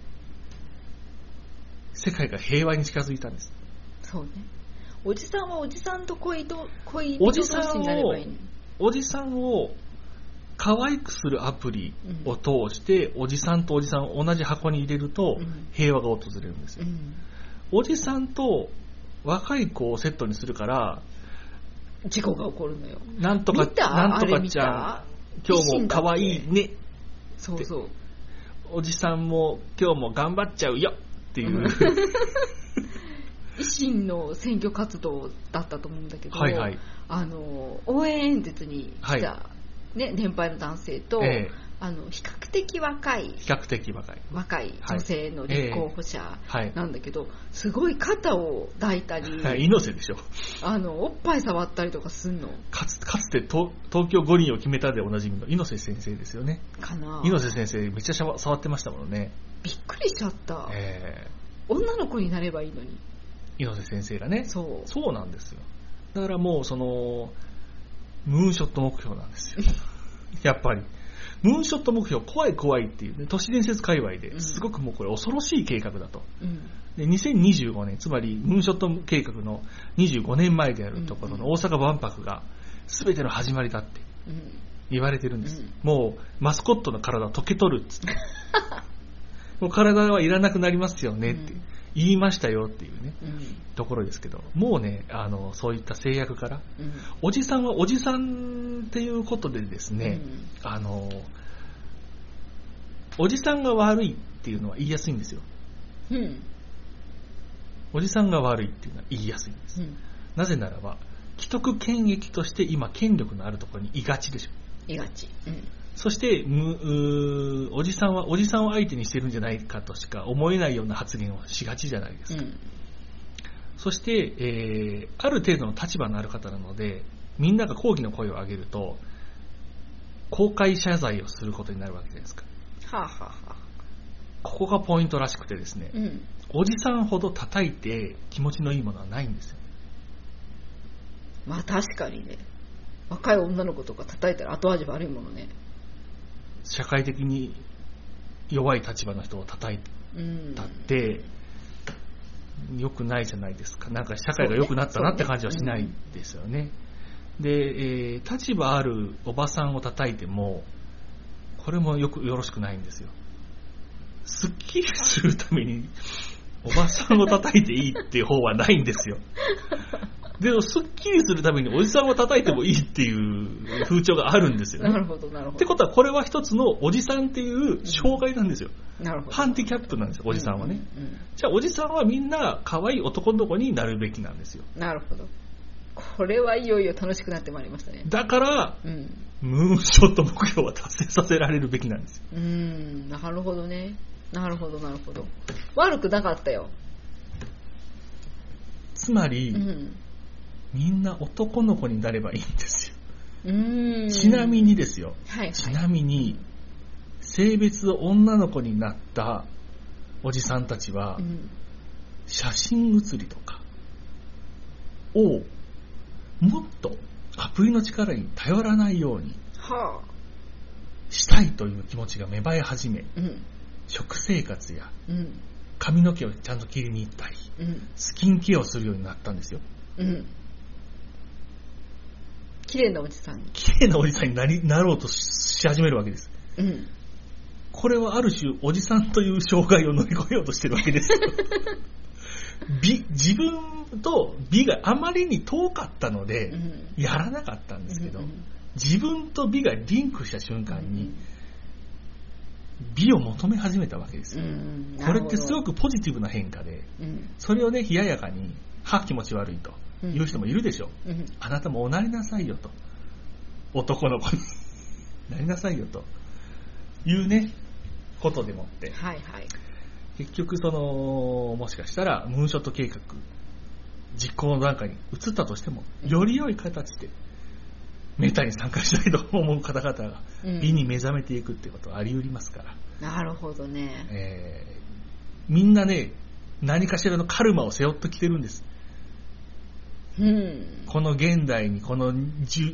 世界が平和に近づいたんです。 そうね。おじさんはおじさんと恋人同士になればいいの。 おじさんを可愛くするアプリを通して、おじさんとおじさんを同じ箱に入れると平和が訪れるんですよ。おじさんと若い子をセットにするから事故が起こるのよ。 なんとかちゃん、今日も可愛いね。 そうそう。 おじさんも今日も頑張っちゃうよっていう維新の選挙活動だったと思うんだけど、 はいはい、 応援演説に来た、ね、年配の男性と、比較的若い女性の立候補者なんだけど、すごい肩を抱いたり、 猪瀬でしょ、 おっぱい触ったりとかすんの。 かつて東京五輪を決めたでおなじみの猪瀬先生ですよね。 かな。 猪瀬先生めっちゃ触ってましたもんね。 びっくりしちゃった、女の子になればいいのに。 猪瀬先生がね、そうなんですよ。だからもうムーンショット目標なんですよやっぱりムーンショット目標、怖いっていうね、都市伝説界隈ですごくもうこれ恐ろしい計画だと、で2025年、つまりムーンショット計画の25年前であるところの大阪万博が全ての始まりだって言われてるんです、もうマスコットの体を溶け取るっつってもう体はいらなくなりますよねって言いましたよっていうね、ところですけど、もうね、そういった制約から、おじさんはおじさんっていうことでですね、おじさんが悪いっていうのは言いやすいんですよ、おじさんが悪いっていうのは言いやすいんです、なぜならば汚既得権益として今権力のあるところにいがちでしょ。 いがち。 そしておじさんを相手にしてるんじゃないかとしか思えないような発言をしがちじゃないですか。そして、ある程度の立場のある方なので、みんなが抗議の声を上げると公開謝罪をすることになるわけじゃないですか。ここがポイントらしくてですね、おじさんほど叩いて気持ちのいいものはないんですよ。 まあ確かにね、若い女の子とか叩いたら後味悪いものね。 社会的に弱い立場の人を叩いたって良くないじゃないですか。なんか社会が良くなったなって感じはしないですよね。で、立場あるおばさんを叩いてもこれもよろしくないんですよ。すっきりするためにおばさんを叩いていいっていう方はないんですよ。でもすっきりするためにおじさんを叩いてもいいっていう風潮があるんですよね。 なるほどなるほど。 ってことはこれは一つのおじさんっていう障害なんですよ。 なるほど。 ハンディキャップなんですよ、おじさんはね。じゃあおじさんはみんな可愛い男の子になるべきなんですよ。 なるほど。これはいよいよ楽しくなってまいりましたね。 だから、ムーンショット目標は達成させられるべきなんですよ。 なるほどね。なるほどなるほど。悪くなかったよ。 つまり、みんな男の子になればいいんですよ。ちなみにですよ、ちなみに性別女の子になったおじさんたちは、写真写りとかをもっとアプリの力に頼らないようにしたいという気持ちが芽生え始め、食生活や髪の毛をちゃんと切りに行ったり、スキンケアをするようになったんですよ。 綺麗なおじさんになろうとし始めるわけです。これはある種おじさんという障害を乗り越えようとしてるわけですよ。自分と美があまりに遠かったのでやらなかったんですけど、自分と美がリンクした瞬間に美を求め始めたわけですよ。これってすごくポジティブな変化で、それをね冷ややかに気持ち悪いと言う人もいるでしょ。あなたもなりなさいよと、男の子になりなさいよというねことでもって、結局もしかしたらムーンショット計画実行の段階に移ったとしても、より良い形でメタに参加したいと思う方々が美に目覚めていくってことはあり得りますから。 なるほどね。 みんなね何かしらのカルマを背負ってきてるんです。この現代にこの現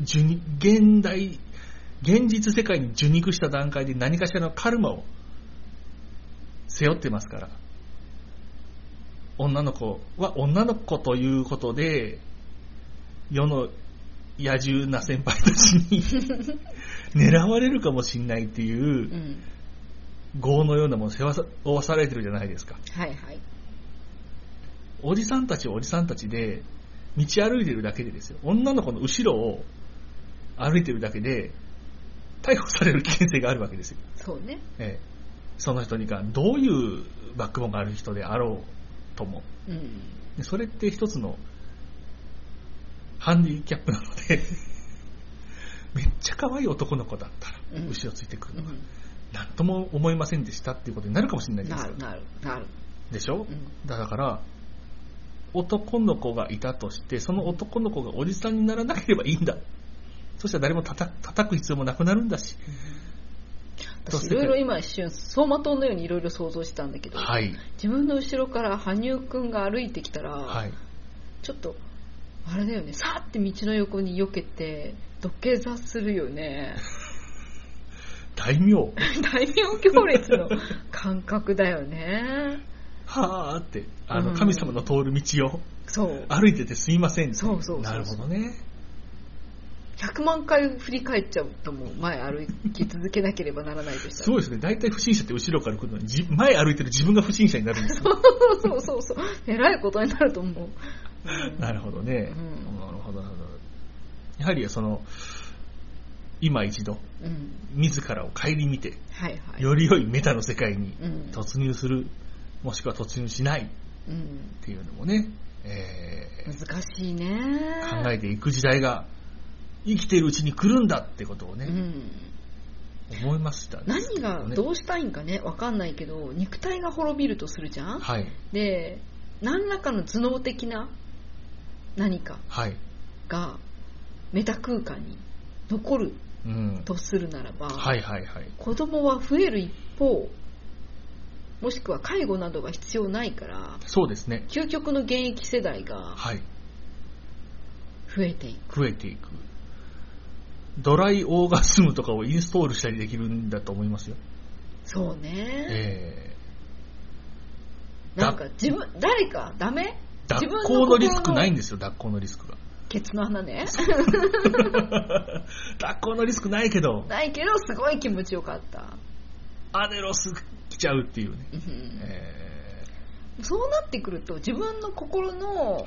実世界に受肉した段階で何かしらのカルマを背負ってますから。女の子は女の子ということで世の野獣な先輩たちに狙われるかもしれないっていう業のようなものを背負わされてるじゃないですか。おじさんたちはおじさんたちで道歩いてるだけでですよ、女の子の後ろを歩いてるだけで逮捕される危険性があるわけですよ。 そうね。 その人にどういうバックボーンがある人であろうとも、でそれって一つのハンディキャップなのでめっちゃ可愛い男の子だったら後ろついてくるのが何とも思いませんでしたっていうことになるかもしれないですよ。 なるでしょ。だから男の子がいたとして、その男の子がおじさんにならなければいいんだ。そしたら誰も叩く必要もなくなるんだし。 私いろいろ今一瞬走馬灯のようにいろいろ想像したんだけど、自分の後ろから羽生くんが歩いてきたら、ちょっとあれだよね、さーって道の横に避けて土下座するよね。 大名行列の感覚だよね。 はーって神様の通る道を歩いててすいません。なるほどね。 100万回振り返っちゃうともう前歩き続けなければならないとしたらすごいですね。大体不審者って後ろから来るのに前歩いてる自分が不審者になるんですよ。 そうえらいことになると思う。 なるほどね。なるほど。やはり今一度、自らを顧みて、より良いメタの世界に突入する、もしくは突入しないっていうのもね、 難しいね。 考えていく時代が生きているうちに来るんだってことをね、思いました、ね。 何がどうしたいんかね、わかんないけど、肉体が滅びるとするじゃん。 はい、 で、何らかの頭脳的な何かがメタ空間に残るとするならば、子供は増える一方、もしくは介護などが必要ないから、 そうですね、 究極の現役世代が増えていく、 ドライオーガズムとかをインストールしたりできるんだと思いますよ。 そうね、なんか誰かダメ？ 脱行のリスクないんですよ。脱行のリスクがケツの穴ね脱行のリスクないけどすごい気持ちよかった。 アデロス来ちゃうっていうね、 そうなってくると自分の心の、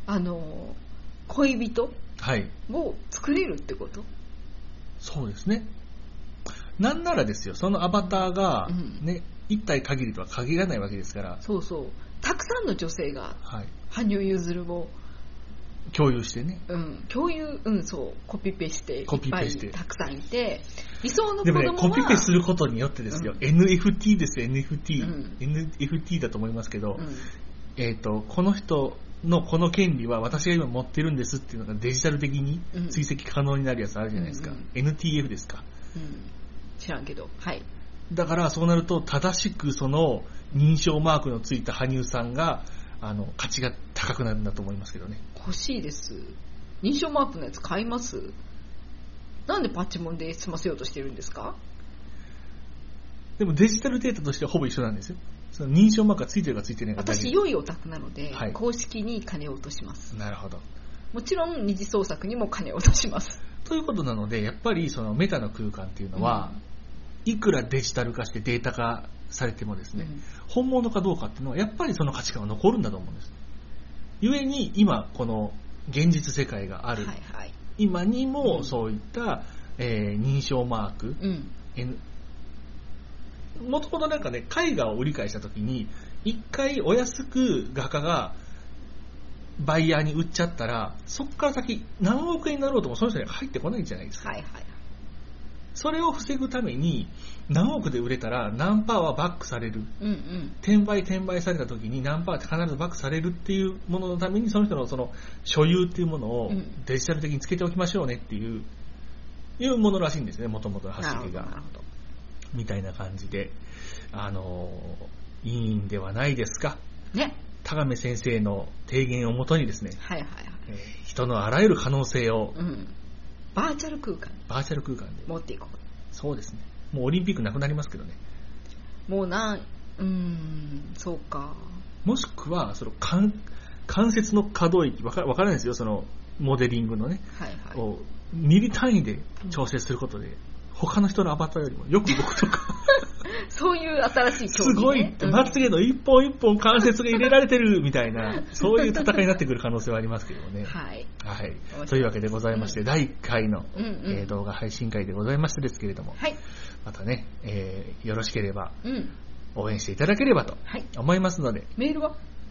恋人を作れるってこと、 そうですね。なんならですよ、そのアバターが、ね、一体限りとは限らないわけですから。 そうそう、たくさんの女性が、羽生結弦を共有してね、 そうコピペしていっぱいたくさんいて、理想の子供はでもね、コピペすることによってですよ、NFT ですよ、NFT だと思いますけど、この人のこの権利は私が今持ってるんですっていうのがデジタル的に追跡可能になるやつあるじゃないですか、NTF ですか、 知らんけど、 だからそうなると正しくその認証マークのついた羽生さんが価値が高くなるんだと思いますけどね。 欲しいです。認証マークのやつ買います？なんでパッチモンで済ませようとしてるんですか？ でもデジタルデータとしてはほぼ一緒なんですよ。その認証マークがついてるかついてないかだけ。 私良いオタクなので、公式に金を落とします。 なるほど。 もちろん二次創作にも金を落とします。 ということなので、やっぱりそのメタの空間っていうのは、いくらデジタル化してデータ化されてもですね、本物かどうかっていうのはやっぱりその価値観が残るんだと思うんです。ゆえに今この現実世界がある、今にもそういった、認証マーク、もともとなんかね、絵画を売り買いしたときに一回お安く画家がバイヤーに売っちゃったら、そこから先何億円になろうともその人に入ってこないんじゃないですか。それを防ぐために何億で売れたら何パーはバックされる、転売された時に何パーって必ずバックされるっていうもののために、その人のその所有っていうものをデジタル的につけておきましょうねっていうものらしいんですね、もともとの発式がみたいな感じで、いいんではないですかね。田亀先生の提言をもとにですね、人のあらゆる可能性を、 バーチャル空間で持っていこう。 そうですね。もうオリンピックなくなりますけどね。 もうそうか。 もしくはその関節の可動域わからないですよ。そのモデリングのね、をミリ単位で調整することで、他の人のアバターよりもよく動くとか。 そういう新しい競技、ね、 すごいってまつげの一本一本関節が入れられてるみたいな、そういう戦いになってくる可能性はありますけどね。というわけでございまして、第1回の、動画配信会でございましてですけれども、またね、よろしければ応援していただければと思いますので。 メールは？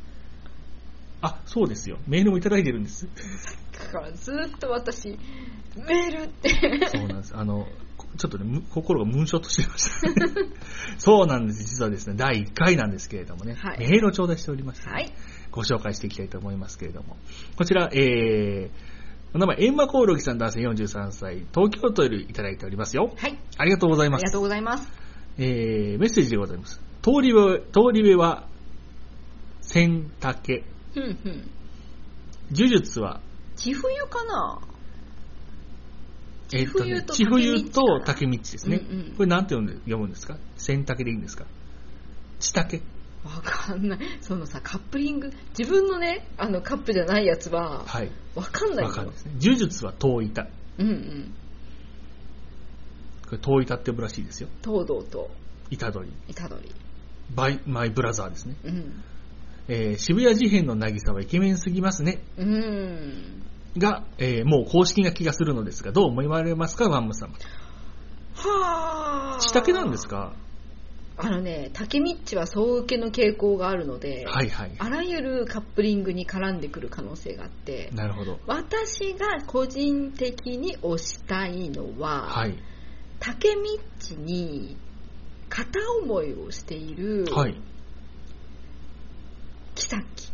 そうですよ。メールもいただいてるんです。 だからずっと私メールってそうなんです。ちょっとね、心がムーンショットしてましたそうなんです。実はですね、第1回なんですけれどもね、メールを頂戴しておりまして、ご紹介していきたいと思いますけれども、こちら、お名前エンマコオロギさん、男性43歳、東京都よりいただいておりますよ。ありがとうございます。 ありがとうございます。 メッセージでございます。通り部は千竹、呪術は千冬かな。 千冬と竹道ですね。これなんて読むんですか？千竹でいいんですか？千竹？ わかんない。そのさ、カップリング、自分のね、カップじゃないやつは、わかんないよ。 わかんないですね。呪術は遠いた。これ遠いたって呼ぶらしいですよ。 東堂と虎杖。 マイブラザーですね。渋谷事変の渚はイケメンすぎますね。が、もう公式な気がするのですが、どう思われますか、ワンム様。 はあ。 千竹なんですか？ タケミッチは総受けの傾向があるので、 はいはい、 あらゆるカップリングに絡んでくる可能性があって、 なるほど。 私が個人的に推したいのは、 はい、 タケミッチに片思いをしている、 はい、 キサキ、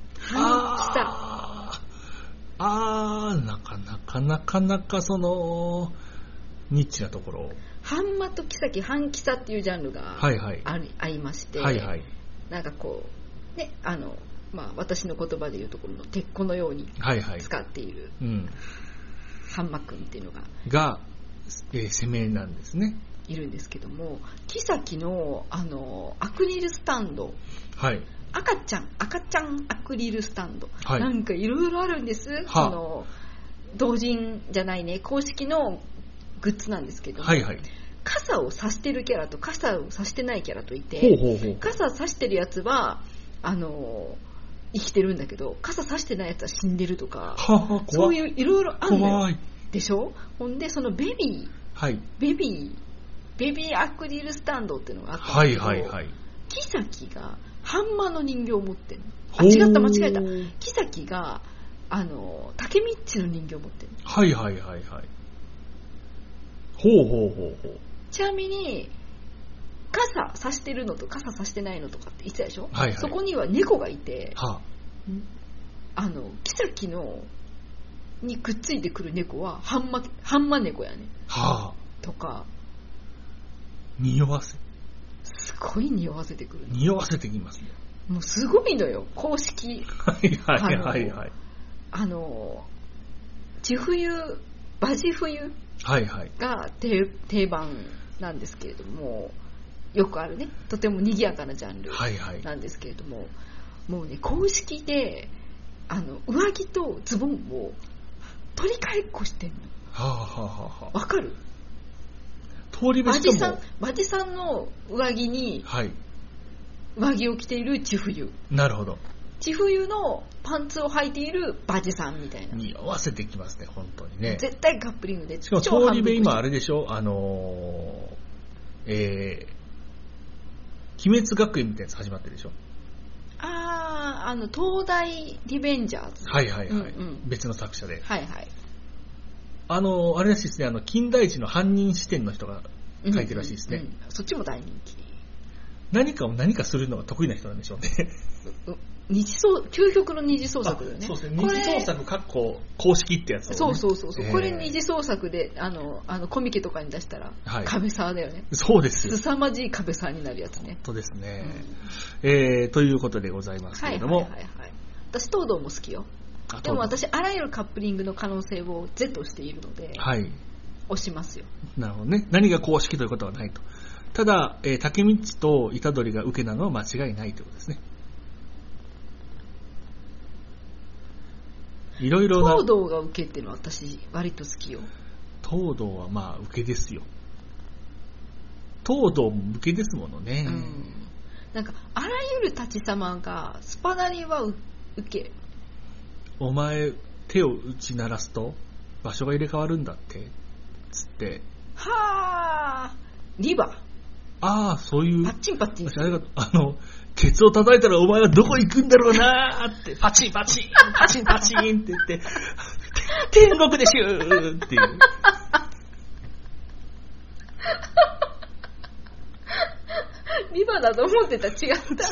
なかなかそのニッチなところ、 ハンマとキサキ、ハンキサっていうジャンルがありまして、 はいはい、 なんかこうね、私の言葉でいうところの鉄骨のように使っている、ハンマ君っていうのが攻めなんですね。 いるんですけども、キサキのアクリルスタンド、 はい、 赤ちゃんアクリルスタンド、 はい、 なんかいろいろあるんです。その同人じゃないね、公式のグッズなんですけども、 はいはい、 傘を差してるキャラと傘を差してないキャラといて、傘差してるやつは生きてるんだけど、傘差してないやつは死んでるとか、そういういろいろあるのよでしょ。ほんでそのベビーアクリルスタンドっていうのがあったんだけど、はいはいはい、キサキがハンマの人形を持ってるの。間違えた。キサキがタケミッチの人形を持ってるの。 はいはいはいはい。ほう。 ちなみに傘差してるのと傘差してないのとかって言ってたでしょ、はいはい、そこには猫がいて、キサキにくっついてくる猫はハンマ猫やね、とか匂わせ、 すごい匂わせてくる、 匂わせてきますね。 もうすごいのよ、公式。 はいはいはいはい。 地冬バジ冬が定番なんですけれども、よくあるね、とても賑やかなジャンルなんですけれども、もうね、公式で上着とズボンを取り替えっこしてんの。わかる？ 通り部しかもバジさんの上着に、上着を着ている地冬。 なるほど。 地冬のパンツを履いているバジさんみたいな。 匂わせてきますね、本当にね。 絶対カップリングで。 しかも通り部今あれでしょ、鬼滅学園みたいなやつ始まってるでしょ。 東大リベンジャーズ。 はいはいはい。別の作者で。 はいはい。 あれらしいですね、金田一の犯人視点の人が書いてるらしいですね。 そっちも大人気。 何かするのが得意な人なんでしょうね。 究極の二次創作だよね。 そうですね。二次創作公式ってやつをね。 そう。これ二次創作でコミケとかに出したら、壁沢だよね。 そうですよ。 凄まじい壁沢になるやつね。 そうですね。ということでございますけれども、 私東堂も好きよ。でも私あらゆるカップリングの可能性を Z しているので、推しますよ。 なるほどね。何が公式ということはないと。ただ、タケミッチと虎杖が受けなのは間違いないということですね。いろいろな。 東堂が受けっていうのは私割と好きよ。 東堂はまあ受けですよ。東堂も受けですものね。 なんかあらゆる立ち様がスパダリは受け。 お前手を打ち鳴らすと場所が入れ替わるんだってつって。 リバ。 そういう。 パッチン。 ケツを叩いたらお前はどこ行くんだろうなーってパチンパチンって言って天国でしゅーっていうリバだと思ってた。違った。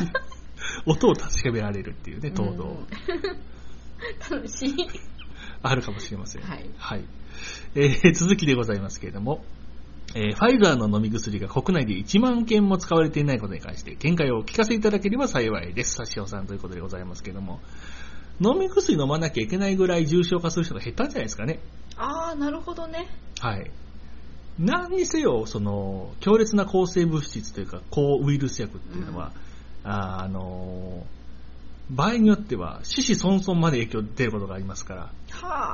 音を確かめられるっていうね、東堂。 楽しい。 あるかもしれません。はい。続きでございますけれども、ファイザーの飲み薬が国内で1万件も使われていないことに関して見解をお聞かせいただければ幸いです。サシオさんということでございますけれども、飲み薬飲まなきゃいけないぐらい重症化する人が減ったんじゃないですかね。 なるほどね。 はい。何にせよその強烈な抗生物質というか抗ウイルス薬っていうのは、場合によっては死死孫々まで影響出ることがありますから、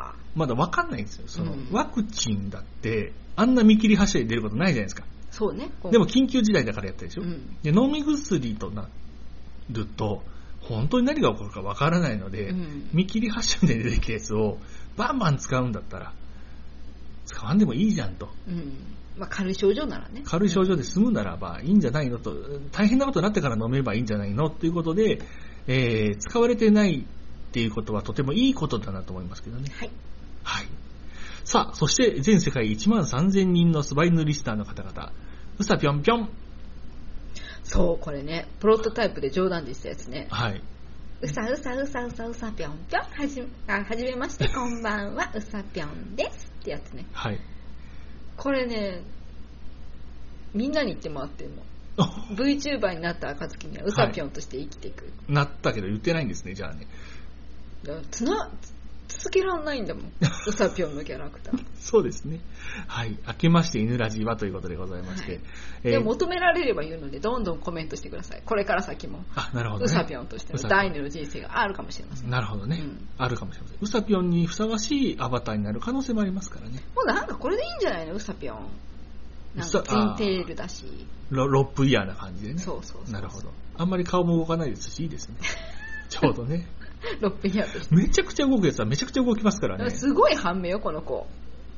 まだ分かんないんですよ。そのワクチンだってあんな見切り発車で出ることないじゃないですか。 そうね。 でも緊急事態だからやったでしょ。で飲み薬となると本当に何が起こるか分からないので、見切り発車で出てきたやつをバンバン使うんだったら使わんでもいいじゃんと。 まあ、軽い症状ならね。 軽い症状で済むならばいいんじゃないのと、大変なことになってから飲めばいいんじゃないのということで、使われてないっていうことはとてもいいことだなと思いますけどね。 はい。 はい。さあ、そして全世界1万3000人のスバイヌリスナーの方々、うさぴょんぴょん。 そう、これね、プロトタイプで冗談でしたやつね。 はい。 うさうさうさうさうさぴょんぴょん。はじめまして、こんばんは、うさぴょんですってやつね。 はい。 これね、みんなに言って回ってんの。VTuber になった暁にはうさぴょんとして生きていく。 なったけど言ってないんですね、じゃあね。 続けらんないんだもん、うさぴょんのキャラクター。 そうですね。はい。明けまして犬ラジはということでございまして。 はい、でも求められれば言うので、どんどんコメントしてください。これから先も。 なるほどね。 うさぴょんとしての第二の人生があるかもしれません。 なるほどね。あるかもしれません。うさぴょんにふさわしいアバターになる可能性もありますからね。 もうなんかこれでいいんじゃないの、うさぴょん。なんかツインテールだし。 ロップイヤーな感じでね。 そう。 なるほど。あんまり顔も動かないですし、いいですね。ちょうどね。 ロップイヤーとして。 めちゃくちゃ動くやつはめちゃくちゃ動きますからね。 すごい反面よ、この子。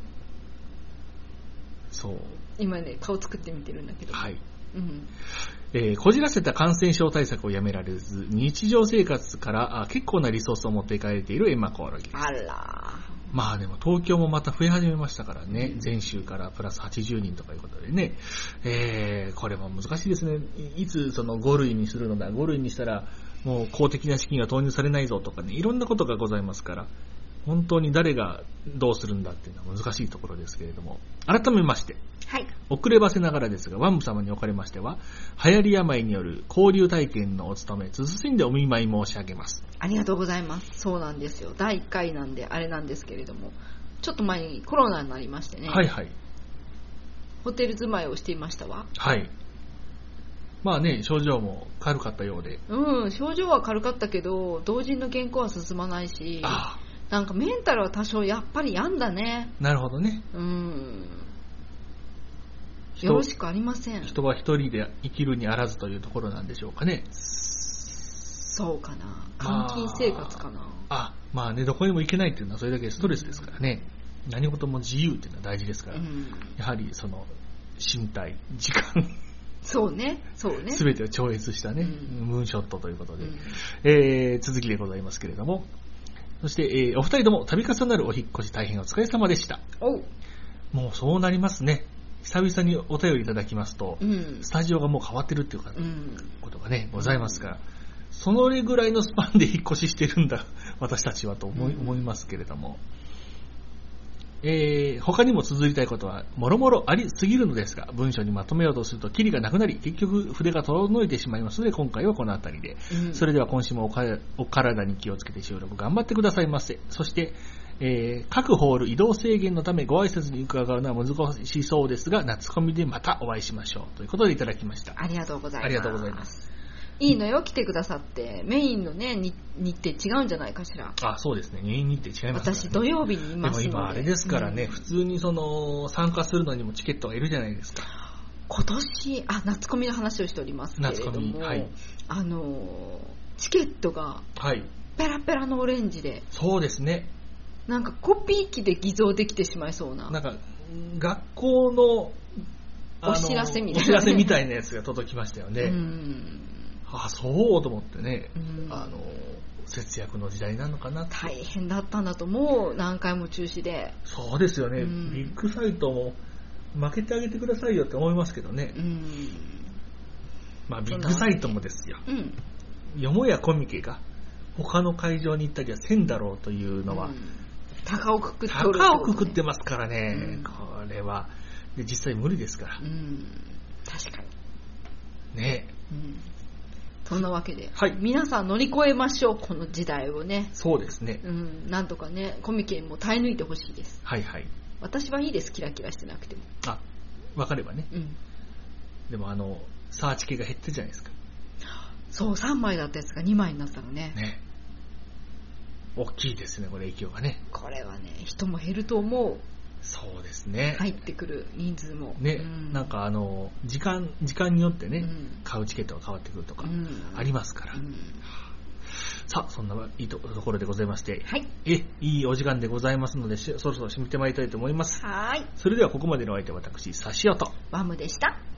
そう。 今ね、顔作ってみてるんだけど。 はい。こじらせた感染症対策をやめられず、日常生活から結構なリソースを持っていかれているエンマコオロギです。 あら。 まあでも東京もまた増え始めましたからね。前週からプラス80人とかいうことでね。これも難しいですね。いつその5類にするのだ。5類にしたらもう公的な資金が投入されないぞとかね。いろんなことがございますから。本当に誰がどうするんだっていうのは難しいところですけれども、改めまして、 はい、 遅ればせながらですが、ワンブ様におかれましては、流行り病による交流体験のお務め、謹んでお見舞い申し上げます。 ありがとうございます。そうなんですよ。第1回なんであれなんですけれども、ちょっと前にコロナになりましてね。 はいはい。 ホテル住まいをしていましたわ。 はい。まあね、症状も軽かったようで。 症状は軽かったけど、同人の原稿は進まないし、なんかメンタルは多少やっぱり病んだね。 なるほどね。 よろしくありません。 人は一人で生きるにあらずというところなんでしょうかね。 そうかな。監禁生活かな。 まあね、どこにも行けないっていうのはそれだけストレスですからね。何事も自由っていうのは大事ですから、やはりその身体、時間そうね。 全てを超越したね、ムーンショットということで、続きでございますけれども、そして、お二人とも度重なるお引っ越し大変お疲れ様でした。もうそうなりますね。久々にお便りいただきますと、スタジオがもう変わってるっていうことがね、ございますから、そのぐらいのスパンで引っ越ししてるんだ私たちはと思いますけれども、他にも綴りたいことはもろもろありすぎるのですが、文章にまとめようとするとキリがなくなり、結局筆が遠いてしまいますので、今回はこの辺りで、それでは今週もお体に気をつけて収録頑張ってくださいませ。そして、各ホール移動制限のためご挨拶に伺うのは難しそうですが、夏コミでまたお会いしましょうということでいただきました。 ありがとうございます。 ありがとうございます。 いいのよ、来てくださって。メインのね、日程違うんじゃないかしら。 そうですね。メイン日程違いますからね。 私土曜日にいますので。 でも今あれですからね、普通にその参加するのにもチケットがいるじゃないですか。 今年夏コミの話をしておりますけれども、 はい、 チケットがペラペラのオレンジで、 そうですね。 なんかコピー機で偽造できてしまいそうな。 なんか学校のお知らせみたいな、 お知らせみたいなやつが届きましたよね。そうと思ってね、節約の時代なのかなって。 大変だったんだと思う。何回も中止で。 そうですよね。ビッグサイトも負けてあげてくださいよって思いますけどね。まあビッグサイトもですよ。よもやコミケが他の会場に行ったりはせんだろうというのは、 高をくくっておる、 高をくくってますからね。これはで実際無理ですから。 確かにね。 そんなわけで、 はい、 皆さん乗り越えましょう、この時代をね。 そうですね。 なんとかね、コミケも耐え抜いてほしいです。 はいはい。 私はいいです、キラキラしてなくても。 分かればね。でもサーチ系が減ってるじゃないですか。 そう、3枚だったやつが2枚になったのね。 ね。大きいですね、これ影響がね。 これはね、人も減ると思う。 そうですね。 入ってくる人数もね、なんか時間によってね、買うチケットが変わってくるとかありますから、 さあ、そんないいところでございまして、 はい、 いいお時間でございますので、そろそろ締めてまいりたいと思います。 はい。 それではここまでの相手は私、サシオとワムでした。